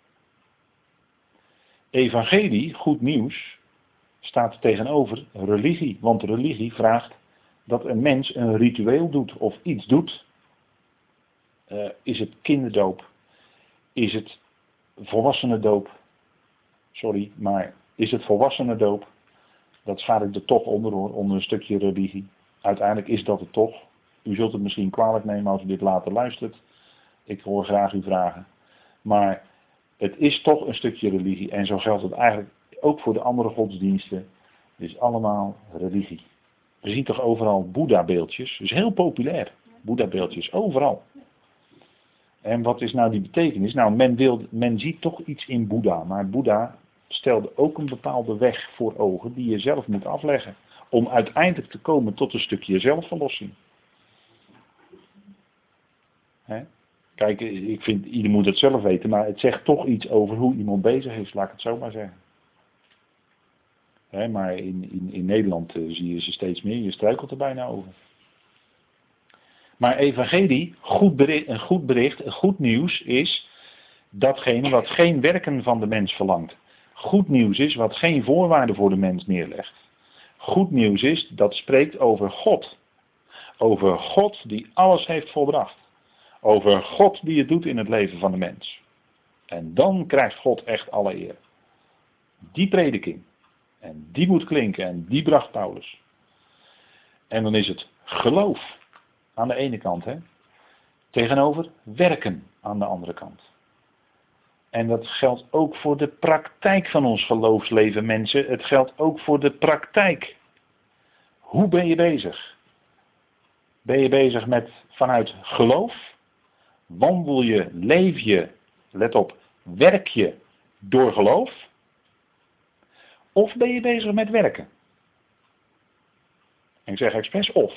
Evangelie, goed nieuws, staat tegenover religie. Want religie vraagt dat een mens een ritueel doet of iets doet. Is het kinderdoop? Is het volwassenendoop? Sorry, maar is het volwassenendoop? Dat schaar ik er toch onder een stukje religie. Uiteindelijk is dat het toch. U zult het misschien kwalijk nemen als u dit later luistert. Ik hoor graag uw vragen. Maar het is toch een stukje religie. En zo geldt het eigenlijk ook voor de andere godsdiensten. Het is allemaal religie. We zien toch overal Boeddha-beeldjes. Het is heel populair. Boeddha-beeldjes, overal. En wat is nou die betekenis? Nou, men ziet toch iets in Boeddha. Maar Boeddha stelde ook een bepaalde weg voor ogen die je zelf moet afleggen. Om uiteindelijk te komen tot een stukje zelfverlossing. Kijk, ik vind, ieder moet het zelf weten, maar het zegt toch iets over hoe iemand bezig is, laat ik het zo maar zeggen. Maar in Nederland zie je ze steeds meer, je struikelt er bijna over. Maar evangelie, een goed bericht, een goed nieuws is datgene wat geen werken van de mens verlangt. Goed nieuws is wat geen voorwaarden voor de mens neerlegt. Goed nieuws is, dat spreekt over God. Over God die alles heeft volbracht. Over God die het doet in het leven van de mens. En dan krijgt God echt alle eer. Die prediking. En die moet klinken en die bracht Paulus. En dan is het geloof aan de ene kant. Tegenover werken aan de andere kant. En dat geldt ook voor de praktijk van ons geloofsleven, mensen. Het geldt ook voor de praktijk. Hoe ben je bezig? Ben je bezig met vanuit geloof? Wandel je, leef je, let op, werk je door geloof? Of ben je bezig met werken? En ik zeg expres of.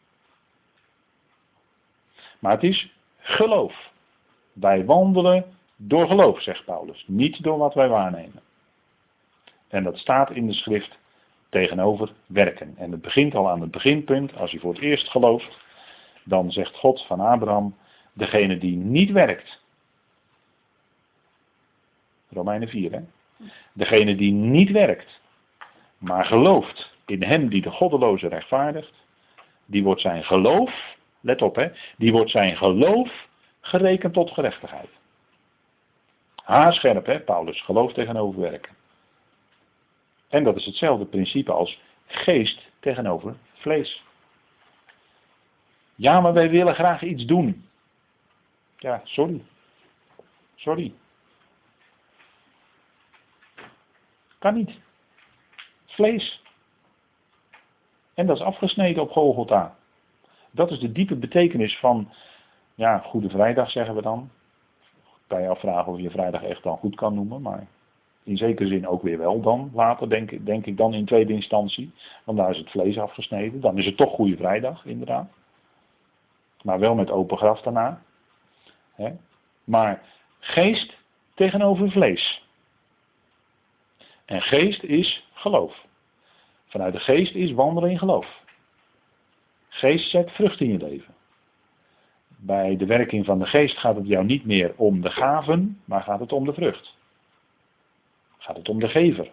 Maar het is geloof. Wij wandelen door geloof, zegt Paulus. Niet door wat wij waarnemen. En dat staat in de schrift tegenover werken. En het begint al aan het beginpunt. Als je voor het eerst gelooft, dan zegt God van Abraham, degene die niet werkt. Romeinen 4, hè. Degene die niet werkt, maar gelooft in hem die de goddeloze rechtvaardigt, die wordt zijn geloof, let op hè, die wordt zijn geloof gerekend tot gerechtigheid. Haarscherp hè, Paulus, geloof tegenover werken. En dat is hetzelfde principe als geest tegenover vlees. Ja, maar wij willen graag iets doen. Ja, sorry. Kan niet. Vlees. En dat is afgesneden op Golgotha. Dat is de diepe betekenis van, ja, Goede Vrijdag zeggen we dan. Kan je afvragen of je vrijdag echt dan goed kan noemen, maar in zekere zin ook weer wel dan, later denk ik dan in tweede instantie. Want daar is het vlees afgesneden. Dan is het toch Goede Vrijdag, inderdaad. Maar wel met open graf daarna. Maar geest tegenover vlees. En geest is geloof. Vanuit de geest is wandelen in geloof. Geest zet vrucht in je leven. Bij de werking van de geest gaat het jou niet meer om de gaven, maar gaat het om de vrucht. Gaat het om de gever.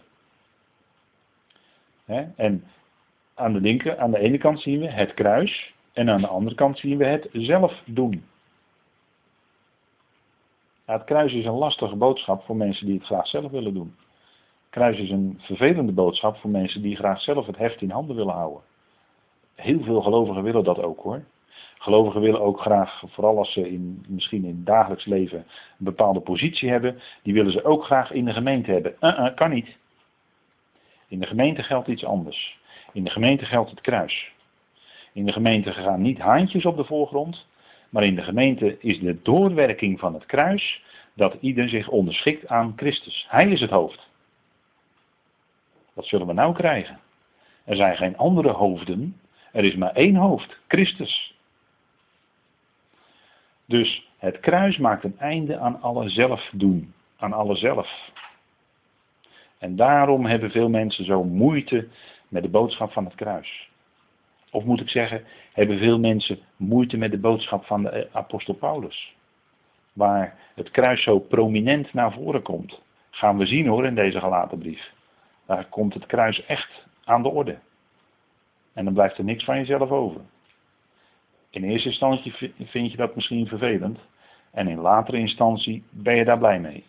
En aan de ene kant zien we het kruis en aan de andere kant zien we het zelf doen. Ja, het kruis is een lastige boodschap voor mensen die het graag zelf willen doen. Het kruis is een vervelende boodschap voor mensen die graag zelf het heft in handen willen houden. Heel veel gelovigen willen dat ook hoor. Gelovigen willen ook graag, vooral als ze misschien in het dagelijks leven een bepaalde positie hebben, die willen ze ook graag in de gemeente hebben. Kan niet. In de gemeente geldt iets anders. In de gemeente geldt het kruis. In de gemeente gaan niet haantjes op de voorgrond, maar in de gemeente is de doorwerking van het kruis dat ieder zich onderschikt aan Christus. Hij is het hoofd. Wat zullen we nou krijgen? Er zijn geen andere hoofden, er is maar één hoofd, Christus. Dus het kruis maakt een einde aan alle zelfdoen, aan alle zelf. En daarom hebben veel mensen zo moeite met de boodschap van het kruis. Of moet ik zeggen, hebben veel mensen moeite met de boodschap van de apostel Paulus. Waar het kruis zo prominent naar voren komt. Gaan we zien hoor in deze Galatenbrief. Daar komt het kruis echt aan de orde. En dan blijft er niks van jezelf over. In eerste instantie vind je dat misschien vervelend. En in latere instantie ben je daar blij mee.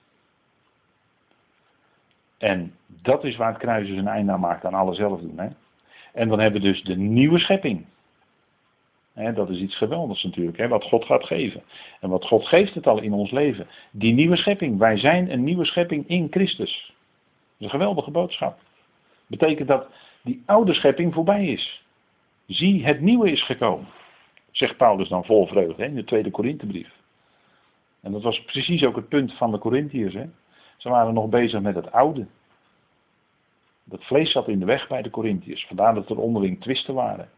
En dat is waar het kruis dus een einde aan maakt aan alle zelfdoen. Hè? En dan hebben we dus de nieuwe schepping. Dat is iets geweldigs natuurlijk, wat God gaat geven. En wat God geeft het al in ons leven. Die nieuwe schepping. Wij zijn een nieuwe schepping in Christus. Dat is een geweldige boodschap. Betekent dat die oude schepping voorbij is. Zie, het nieuwe is gekomen. Zegt Paulus dan vol vreugde in de tweede Korinthebrief. En dat was precies ook het punt van de Korintiërs. Ze waren nog bezig met het oude. Dat vlees zat in de weg bij de Korintiërs. Vandaar dat er onderling twisten waren.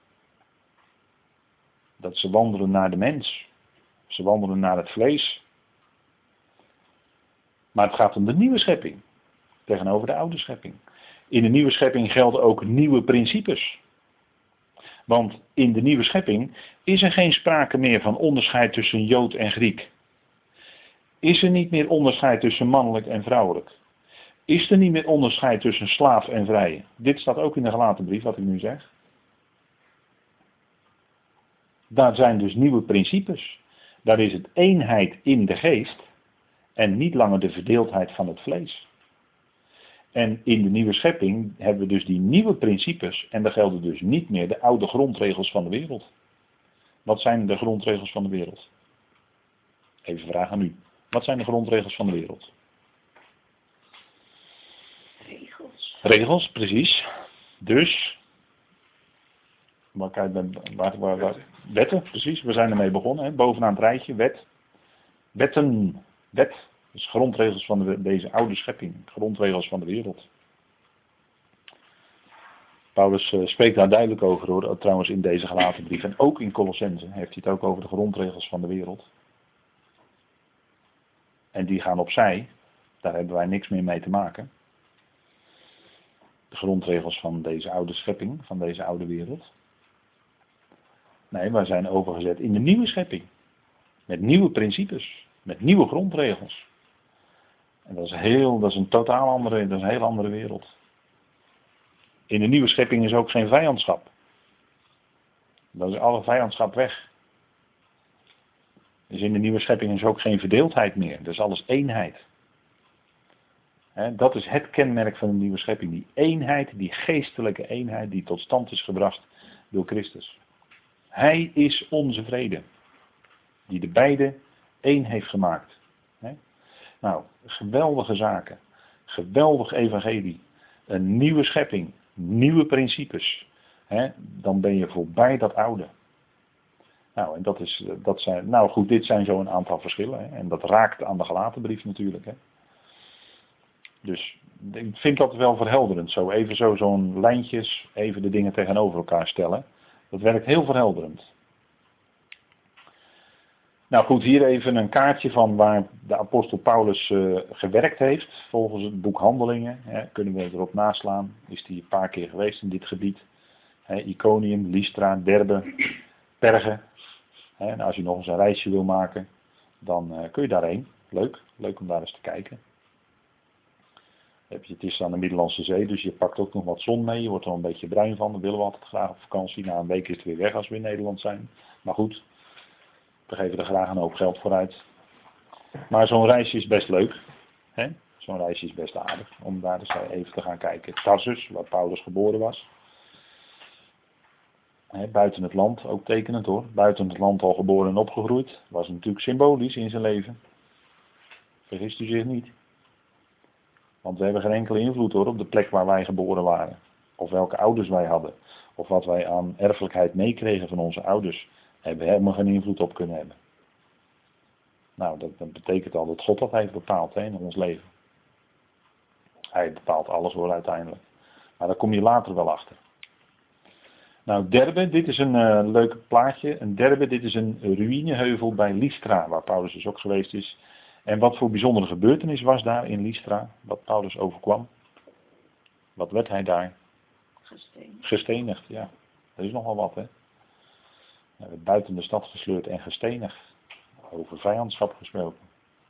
Dat ze wandelen naar de mens. Ze wandelen naar het vlees. Maar het gaat om de nieuwe schepping. Tegenover de oude schepping. In de nieuwe schepping gelden ook nieuwe principes. Want in de nieuwe schepping is er geen sprake meer van onderscheid tussen Jood en Griek. Is er niet meer onderscheid tussen mannelijk en vrouwelijk. Is er niet meer onderscheid tussen slaaf en vrije. Dit staat ook in de Galatenbrief, wat ik nu zeg. Daar zijn dus nieuwe principes. Daar is het eenheid in de geest en niet langer de verdeeldheid van het vlees. En in de nieuwe schepping hebben we dus die nieuwe principes en daar gelden dus niet meer de oude grondregels van de wereld. Wat zijn de grondregels van de wereld? Even vragen aan u. Wat zijn de grondregels van de wereld? Regels. Regels, precies. Dus, wetten, precies. We zijn ermee begonnen. Hè? Bovenaan het rijtje, wet. Wetten, wet. Dus grondregels van deze oude schepping. Grondregels van de wereld. Paulus spreekt daar duidelijk over, hoor, trouwens in deze Galatenbrief. En ook in Colossense heeft hij het ook over de grondregels van de wereld. En die gaan opzij. Daar hebben wij niks meer mee te maken. De grondregels van deze oude schepping, van deze oude wereld. Nee, wij zijn overgezet in de nieuwe schepping. Met nieuwe principes. Met nieuwe grondregels. En dat is een totaal andere, dat is een heel andere wereld. In de nieuwe schepping is ook geen vijandschap. Dan is alle vijandschap weg. Dus in de nieuwe schepping is ook geen verdeeldheid meer. Dat is alles eenheid. Dat is het kenmerk van de nieuwe schepping. Die eenheid, die geestelijke eenheid die tot stand is gebracht door Christus. Hij is onze vrede. Die de beide één heeft gemaakt. Nou, geweldige zaken. Geweldig evangelie. Een nieuwe schepping. Nieuwe principes. Dan ben je voorbij dat oude. Nou, en dit zijn zo een aantal verschillen. En dat raakt aan de Galatenbrief natuurlijk. Dus ik vind dat wel verhelderend. Zo'n lijntjes, even de dingen tegenover elkaar stellen. Dat werkt heel verhelderend. Nou goed, hier even een kaartje van waar de apostel Paulus gewerkt heeft. Volgens het boek Handelingen. Kunnen we erop naslaan. Is hij een paar keer geweest in dit gebied. Iconium, Lystra, Derbe, Perge. En als je nog eens een reisje wil maken, dan kun je daarheen. Leuk om daar eens te kijken. Het is aan de Middellandse Zee, dus je pakt ook nog wat zon mee. Je wordt er een beetje bruin van. Dat willen we altijd graag op vakantie. Na een week is het weer weg als we in Nederland zijn. Maar goed, we geven er graag een hoop geld voor uit. Maar zo'n reisje is best leuk. Zo'n reisje is best aardig om daar eens even te gaan kijken. Tarsus, waar Paulus geboren was. Buiten het land, ook tekenend hoor. Buiten het land al geboren en opgegroeid. Was natuurlijk symbolisch in zijn leven. Vergist u zich niet. Want we hebben geen enkele invloed hoor op de plek waar wij geboren waren. Of welke ouders wij hadden. Of wat wij aan erfelijkheid meekregen van onze ouders. Hebben we helemaal geen invloed op kunnen hebben. Nou, dat betekent al dat God dat heeft bepaald in ons leven. Hij bepaalt alles hoor uiteindelijk. Maar daar kom je later wel achter. Nou, Derbe, dit is een leuk plaatje. Een Derbe, dit is een ruïneheuvel bij Lystra, waar Paulus dus ook geweest is. En wat voor bijzondere gebeurtenis was daar in Lystra, wat Paulus overkwam? Wat werd hij daar? Gestenigd, ja. Dat is nogal wat, hè. Hij werd buiten de stad gesleurd en gestenigd. Over vijandschap gesproken.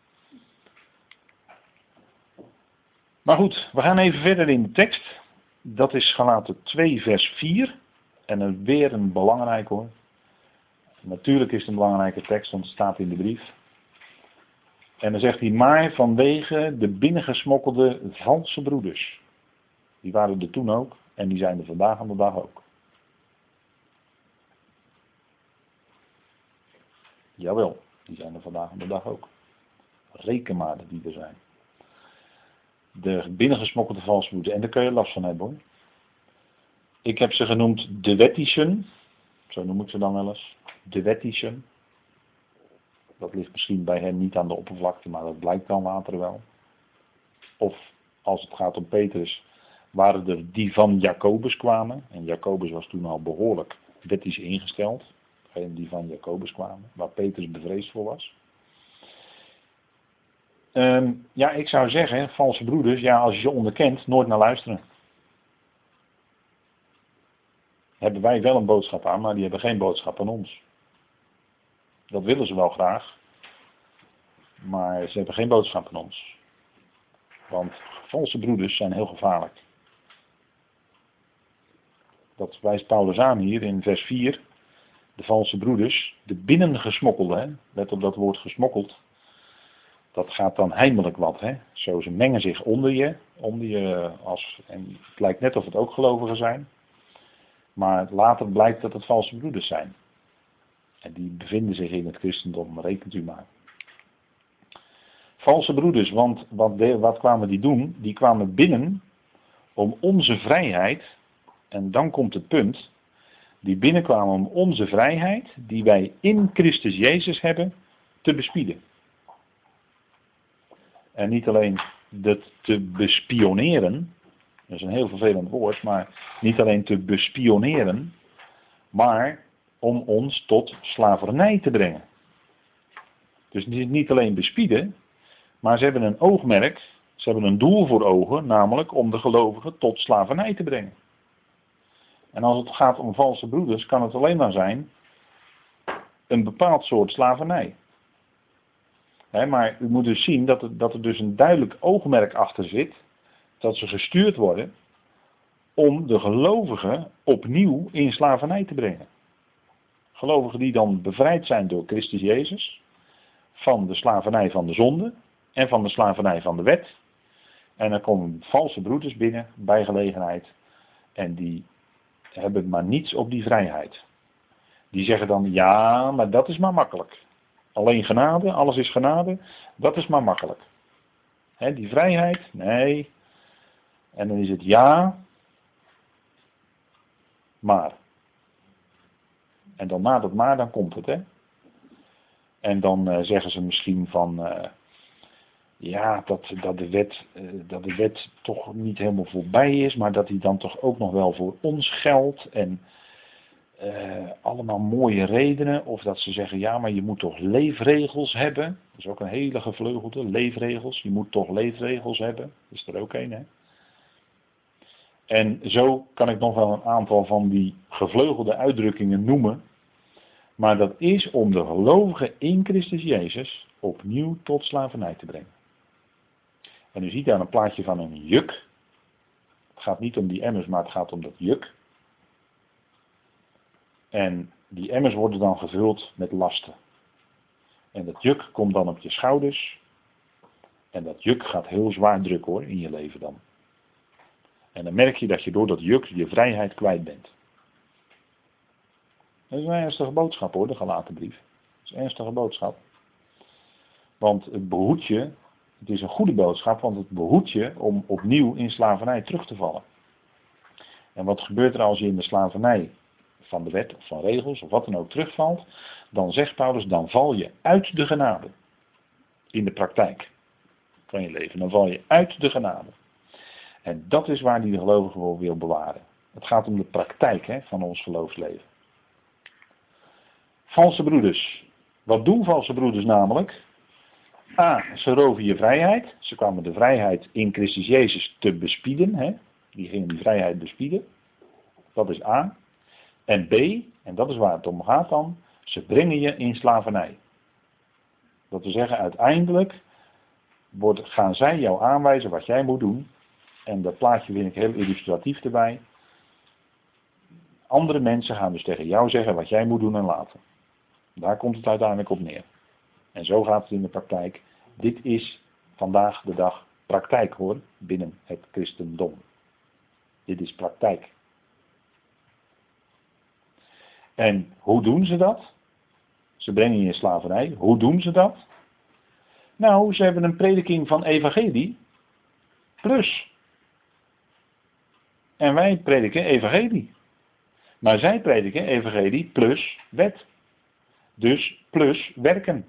Maar goed, we gaan even verder in de tekst. Dat is Galaten 2 vers 4. En weer een belangrijk hoor. Natuurlijk is het een belangrijke tekst, want het staat in de brief. En dan zegt hij, maar vanwege de binnengesmokkelde valse broeders. Die waren er toen ook en die zijn er vandaag aan de dag ook. Jawel, die zijn er vandaag aan de dag ook. Reken maar dat die er zijn. De binnengesmokkelde valse broeders. En daar kun je last van hebben hoor. Ik heb ze genoemd de wetischen. Zo noem ik ze dan wel eens. De wetischen. Dat ligt misschien bij hen niet aan de oppervlakte, maar dat blijkt dan later wel. Of als het gaat om Petrus, waren er die van Jacobus kwamen. En Jacobus was toen al behoorlijk wettisch ingesteld. Die van Jacobus kwamen, waar Petrus bevreesd voor was. Ja, ik zou zeggen, valse broeders, ja, als je ze onderkent, nooit naar luisteren. Hebben wij wel een boodschap aan, maar die hebben geen boodschap aan ons. Dat willen ze wel graag, maar ze hebben geen boodschap aan ons. Want valse broeders zijn heel gevaarlijk. Dat wijst Paulus aan hier in vers 4. De valse broeders, de binnengesmokkelde, let op dat woord gesmokkeld. Dat gaat dan heimelijk wat, hè. Zo, ze mengen zich onder je en het lijkt net of het ook gelovigen zijn. Maar later blijkt dat het valse broeders zijn. En die bevinden zich in het christendom, rekent u maar. Valse broeders, want wat kwamen die doen? Die kwamen binnen om onze vrijheid, en dan komt het punt, die binnenkwamen om onze vrijheid, die wij in Christus Jezus hebben, te bespieden. En niet alleen dat te bespioneren, dat is een heel vervelend woord, maar niet alleen te bespioneren, maar om ons tot slavernij te brengen. Dus niet alleen bespieden, maar ze hebben een oogmerk, ze hebben een doel voor ogen, namelijk om de gelovigen tot slavernij te brengen. En als het gaat om valse broeders, kan het alleen maar zijn een bepaald soort slavernij. Maar u moet dus zien dat er dus een duidelijk oogmerk achter zit, dat ze gestuurd worden om de gelovigen opnieuw in slavernij te brengen. Gelovigen die dan bevrijd zijn door Christus Jezus, van de slavernij van de zonde en van de slavernij van de wet. En dan komen valse broeders binnen bij gelegenheid en die hebben maar niets op die vrijheid. Die zeggen dan, ja, maar dat is maar makkelijk. Alleen genade, alles is genade, dat is maar makkelijk. Die vrijheid, nee. En dan is het ja, maar. En dan na dat maar, dan komt het, hè. En dan zeggen ze misschien van, ja, dat de wet toch niet helemaal voorbij is, maar dat die dan toch ook nog wel voor ons geldt. En allemaal mooie redenen. Of dat ze zeggen, ja, maar je moet toch leefregels hebben. Dat is ook een hele gevleugelde, leefregels. Je moet toch leefregels hebben. Dat is er ook een, hè. En zo kan ik nog wel een aantal van die gevleugelde uitdrukkingen noemen. Maar dat is om de gelovigen in Christus Jezus opnieuw tot slavernij te brengen. En u ziet daar een plaatje van een juk. Het gaat niet om die emmers, maar het gaat om dat juk. En die emmers worden dan gevuld met lasten. En dat juk komt dan op je schouders. En dat juk gaat heel zwaar drukken hoor, in je leven dan. En dan merk je dat je door dat juk je vrijheid kwijt bent. Dat is een ernstige boodschap hoor, de Galatenbrief. Dat is een ernstige boodschap. Want het behoedt je, het is een goede boodschap, want het behoedt je om opnieuw in slavernij terug te vallen. En wat gebeurt er als je in de slavernij van de wet of van regels of wat dan ook terugvalt? Dan zegt Paulus, dan val je uit de genade. In de praktijk van je leven. Dan val je uit de genade. En dat is waar hij de gelovigen voor wil bewaren. Het gaat om de praktijk van ons geloofsleven. Valse broeders. Wat doen valse broeders namelijk? A, ze roven je vrijheid. Ze kwamen de vrijheid in Christus Jezus te bespieden. Die gingen die vrijheid bespieden. Dat is A. En B, en dat is waar het om gaat dan, ze brengen je in slavernij. Dat wil zeggen, uiteindelijk gaan zij jou aanwijzen wat jij moet doen. En dat plaatje vind ik heel illustratief erbij. Andere mensen gaan dus tegen jou zeggen wat jij moet doen en laten. Daar komt het uiteindelijk op neer. En zo gaat het in de praktijk. Dit is vandaag de dag praktijk hoor, binnen het christendom. Dit is praktijk. En hoe doen ze dat? Ze brengen je in slavernij. Hoe doen ze dat? Nou, ze hebben een prediking van evangelie plus. En wij prediken evangelie. Maar zij prediken evangelie plus wet. Dus plus werken.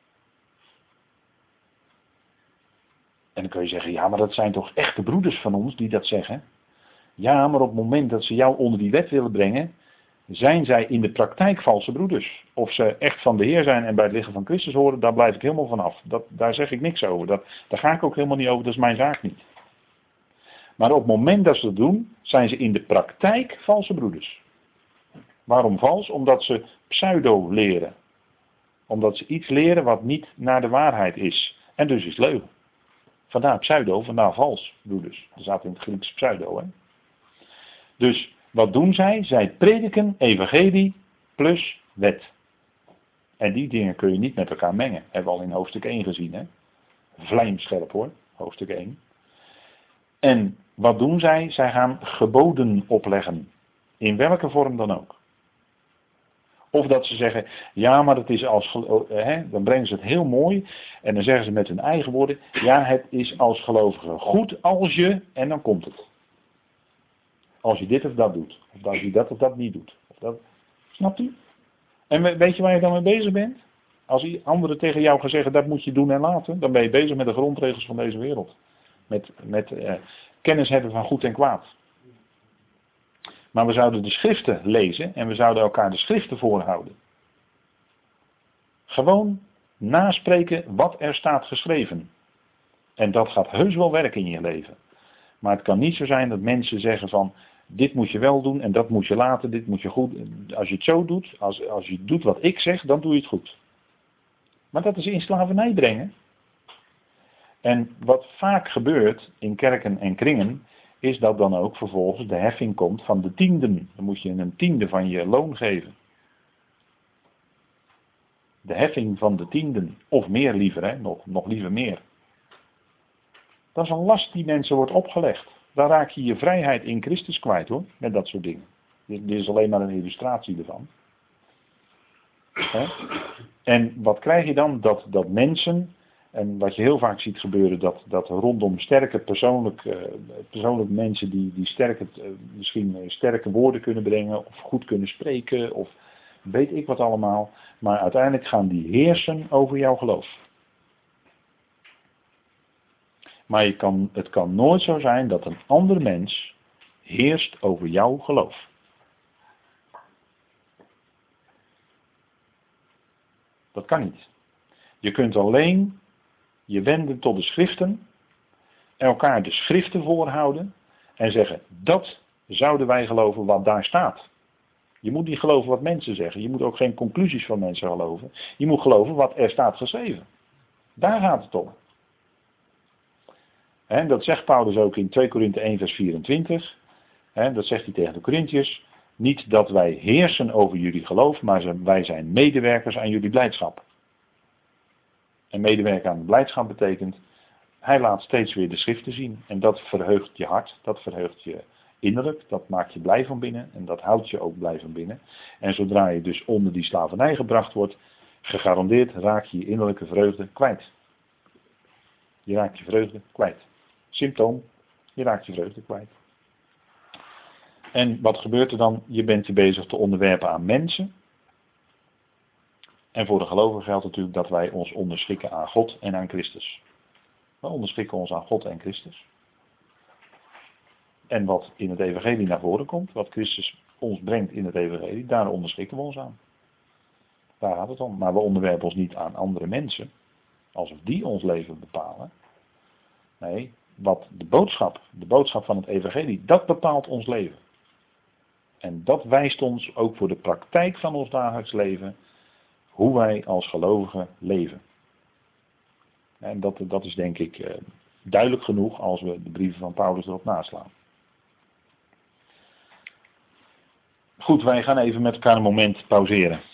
En dan kun je zeggen, ja, maar dat zijn toch echte broeders van ons die dat zeggen? Ja, maar op het moment dat ze jou onder die wet willen brengen, zijn zij in de praktijk valse broeders. Of ze echt van de Heer zijn en bij het lichaam van Christus horen, daar blijf ik helemaal vanaf. Daar zeg ik niks over. Daar ga ik ook helemaal niet over, dat is mijn zaak niet. Maar op het moment dat ze dat doen, zijn ze in de praktijk valse broeders. Waarom vals? Omdat ze pseudo leren. Omdat ze iets leren wat niet naar de waarheid is. En dus is leugen. Vandaar pseudo, vandaar vals, broeders. Dat staat in het Grieks pseudo. Hè? Dus wat doen zij? Zij prediken evangelie plus wet. En die dingen kun je niet met elkaar mengen. Hebben we al in hoofdstuk 1 gezien. Hè? Vlijmscherp hoor, hoofdstuk 1. En wat doen zij? Zij gaan geboden opleggen. In welke vorm dan ook. Of dat ze zeggen, ja, maar het is dan brengen ze het heel mooi. En dan zeggen ze met hun eigen woorden, ja, het is als gelovige goed als je, en dan komt het. Als je dit of dat doet. Of als je dat of dat niet doet. Of dat, snapt u? En weet je waar je dan mee bezig bent? Als anderen tegen jou gaan zeggen, dat moet je doen en laten, dan ben je bezig met de grondregels van deze wereld. Met kennis hebben van goed en kwaad. Maar we zouden de schriften lezen en we zouden elkaar de schriften voorhouden. Gewoon naspreken wat er staat geschreven. En dat gaat heus wel werken in je leven. Maar het kan niet zo zijn dat mensen zeggen van, dit moet je wel doen en dat moet je laten, dit moet je goed. Als je het zo doet, als je doet wat ik zeg, dan doe je het goed. Maar dat is in slavernij brengen. En wat vaak gebeurt in kerken en kringen, is dat dan ook vervolgens de heffing komt van de tienden. Dan moet je een tiende van je loon geven. De heffing van de tienden. Of meer liever, hè? Nog liever meer. Dat is een last die mensen wordt opgelegd. Daar raak je je vrijheid in Christus kwijt hoor, met dat soort dingen. Dit is alleen maar een illustratie ervan. En wat krijg je dan? Dat mensen, en wat je heel vaak ziet gebeuren, dat rondom sterke persoonlijk mensen die misschien sterke woorden kunnen brengen, of goed kunnen spreken, of weet ik wat allemaal, maar uiteindelijk gaan die heersen over jouw geloof. Maar het kan nooit zo zijn dat een ander mens heerst over jouw geloof. Dat kan niet. Je kunt alleen je wenden tot de schriften, elkaar de schriften voorhouden en zeggen, dat zouden wij geloven wat daar staat. Je moet niet geloven wat mensen zeggen. Je moet ook geen conclusies van mensen geloven. Je moet geloven wat er staat geschreven. Daar gaat het om. En dat zegt Paulus ook in 2 Korinthe 1 vers 24. Dat zegt hij tegen de Korinthiërs. Niet dat wij heersen over jullie geloof, maar wij zijn medewerkers aan jullie blijdschap. En medewerker aan de blijdschap betekent, hij laat steeds weer de schriften zien. En dat verheugt je hart, dat verheugt je innerlijk, dat maakt je blij van binnen en dat houdt je ook blij van binnen. En zodra je dus onder die slavernij gebracht wordt, gegarandeerd raak je je innerlijke vreugde kwijt. Je raakt je vreugde kwijt. Symptoom, je raakt je vreugde kwijt. En wat gebeurt er dan? Je bent je bezig te onderwerpen aan mensen. En voor de gelovigen geldt natuurlijk dat wij ons onderschikken aan God en aan Christus. We onderschikken ons aan God en Christus. En wat in het evangelie naar voren komt, wat Christus ons brengt in het evangelie, daar onderschikken we ons aan. Daar gaat het om. Maar we onderwerpen ons niet aan andere mensen, alsof die ons leven bepalen. Nee, wat de boodschap van het evangelie, dat bepaalt ons leven. En dat wijst ons ook voor de praktijk van ons dagelijks leven, hoe wij als gelovigen leven. En dat is denk ik duidelijk genoeg als we de brieven van Paulus erop naslaan. Goed, wij gaan even met elkaar een moment pauzeren.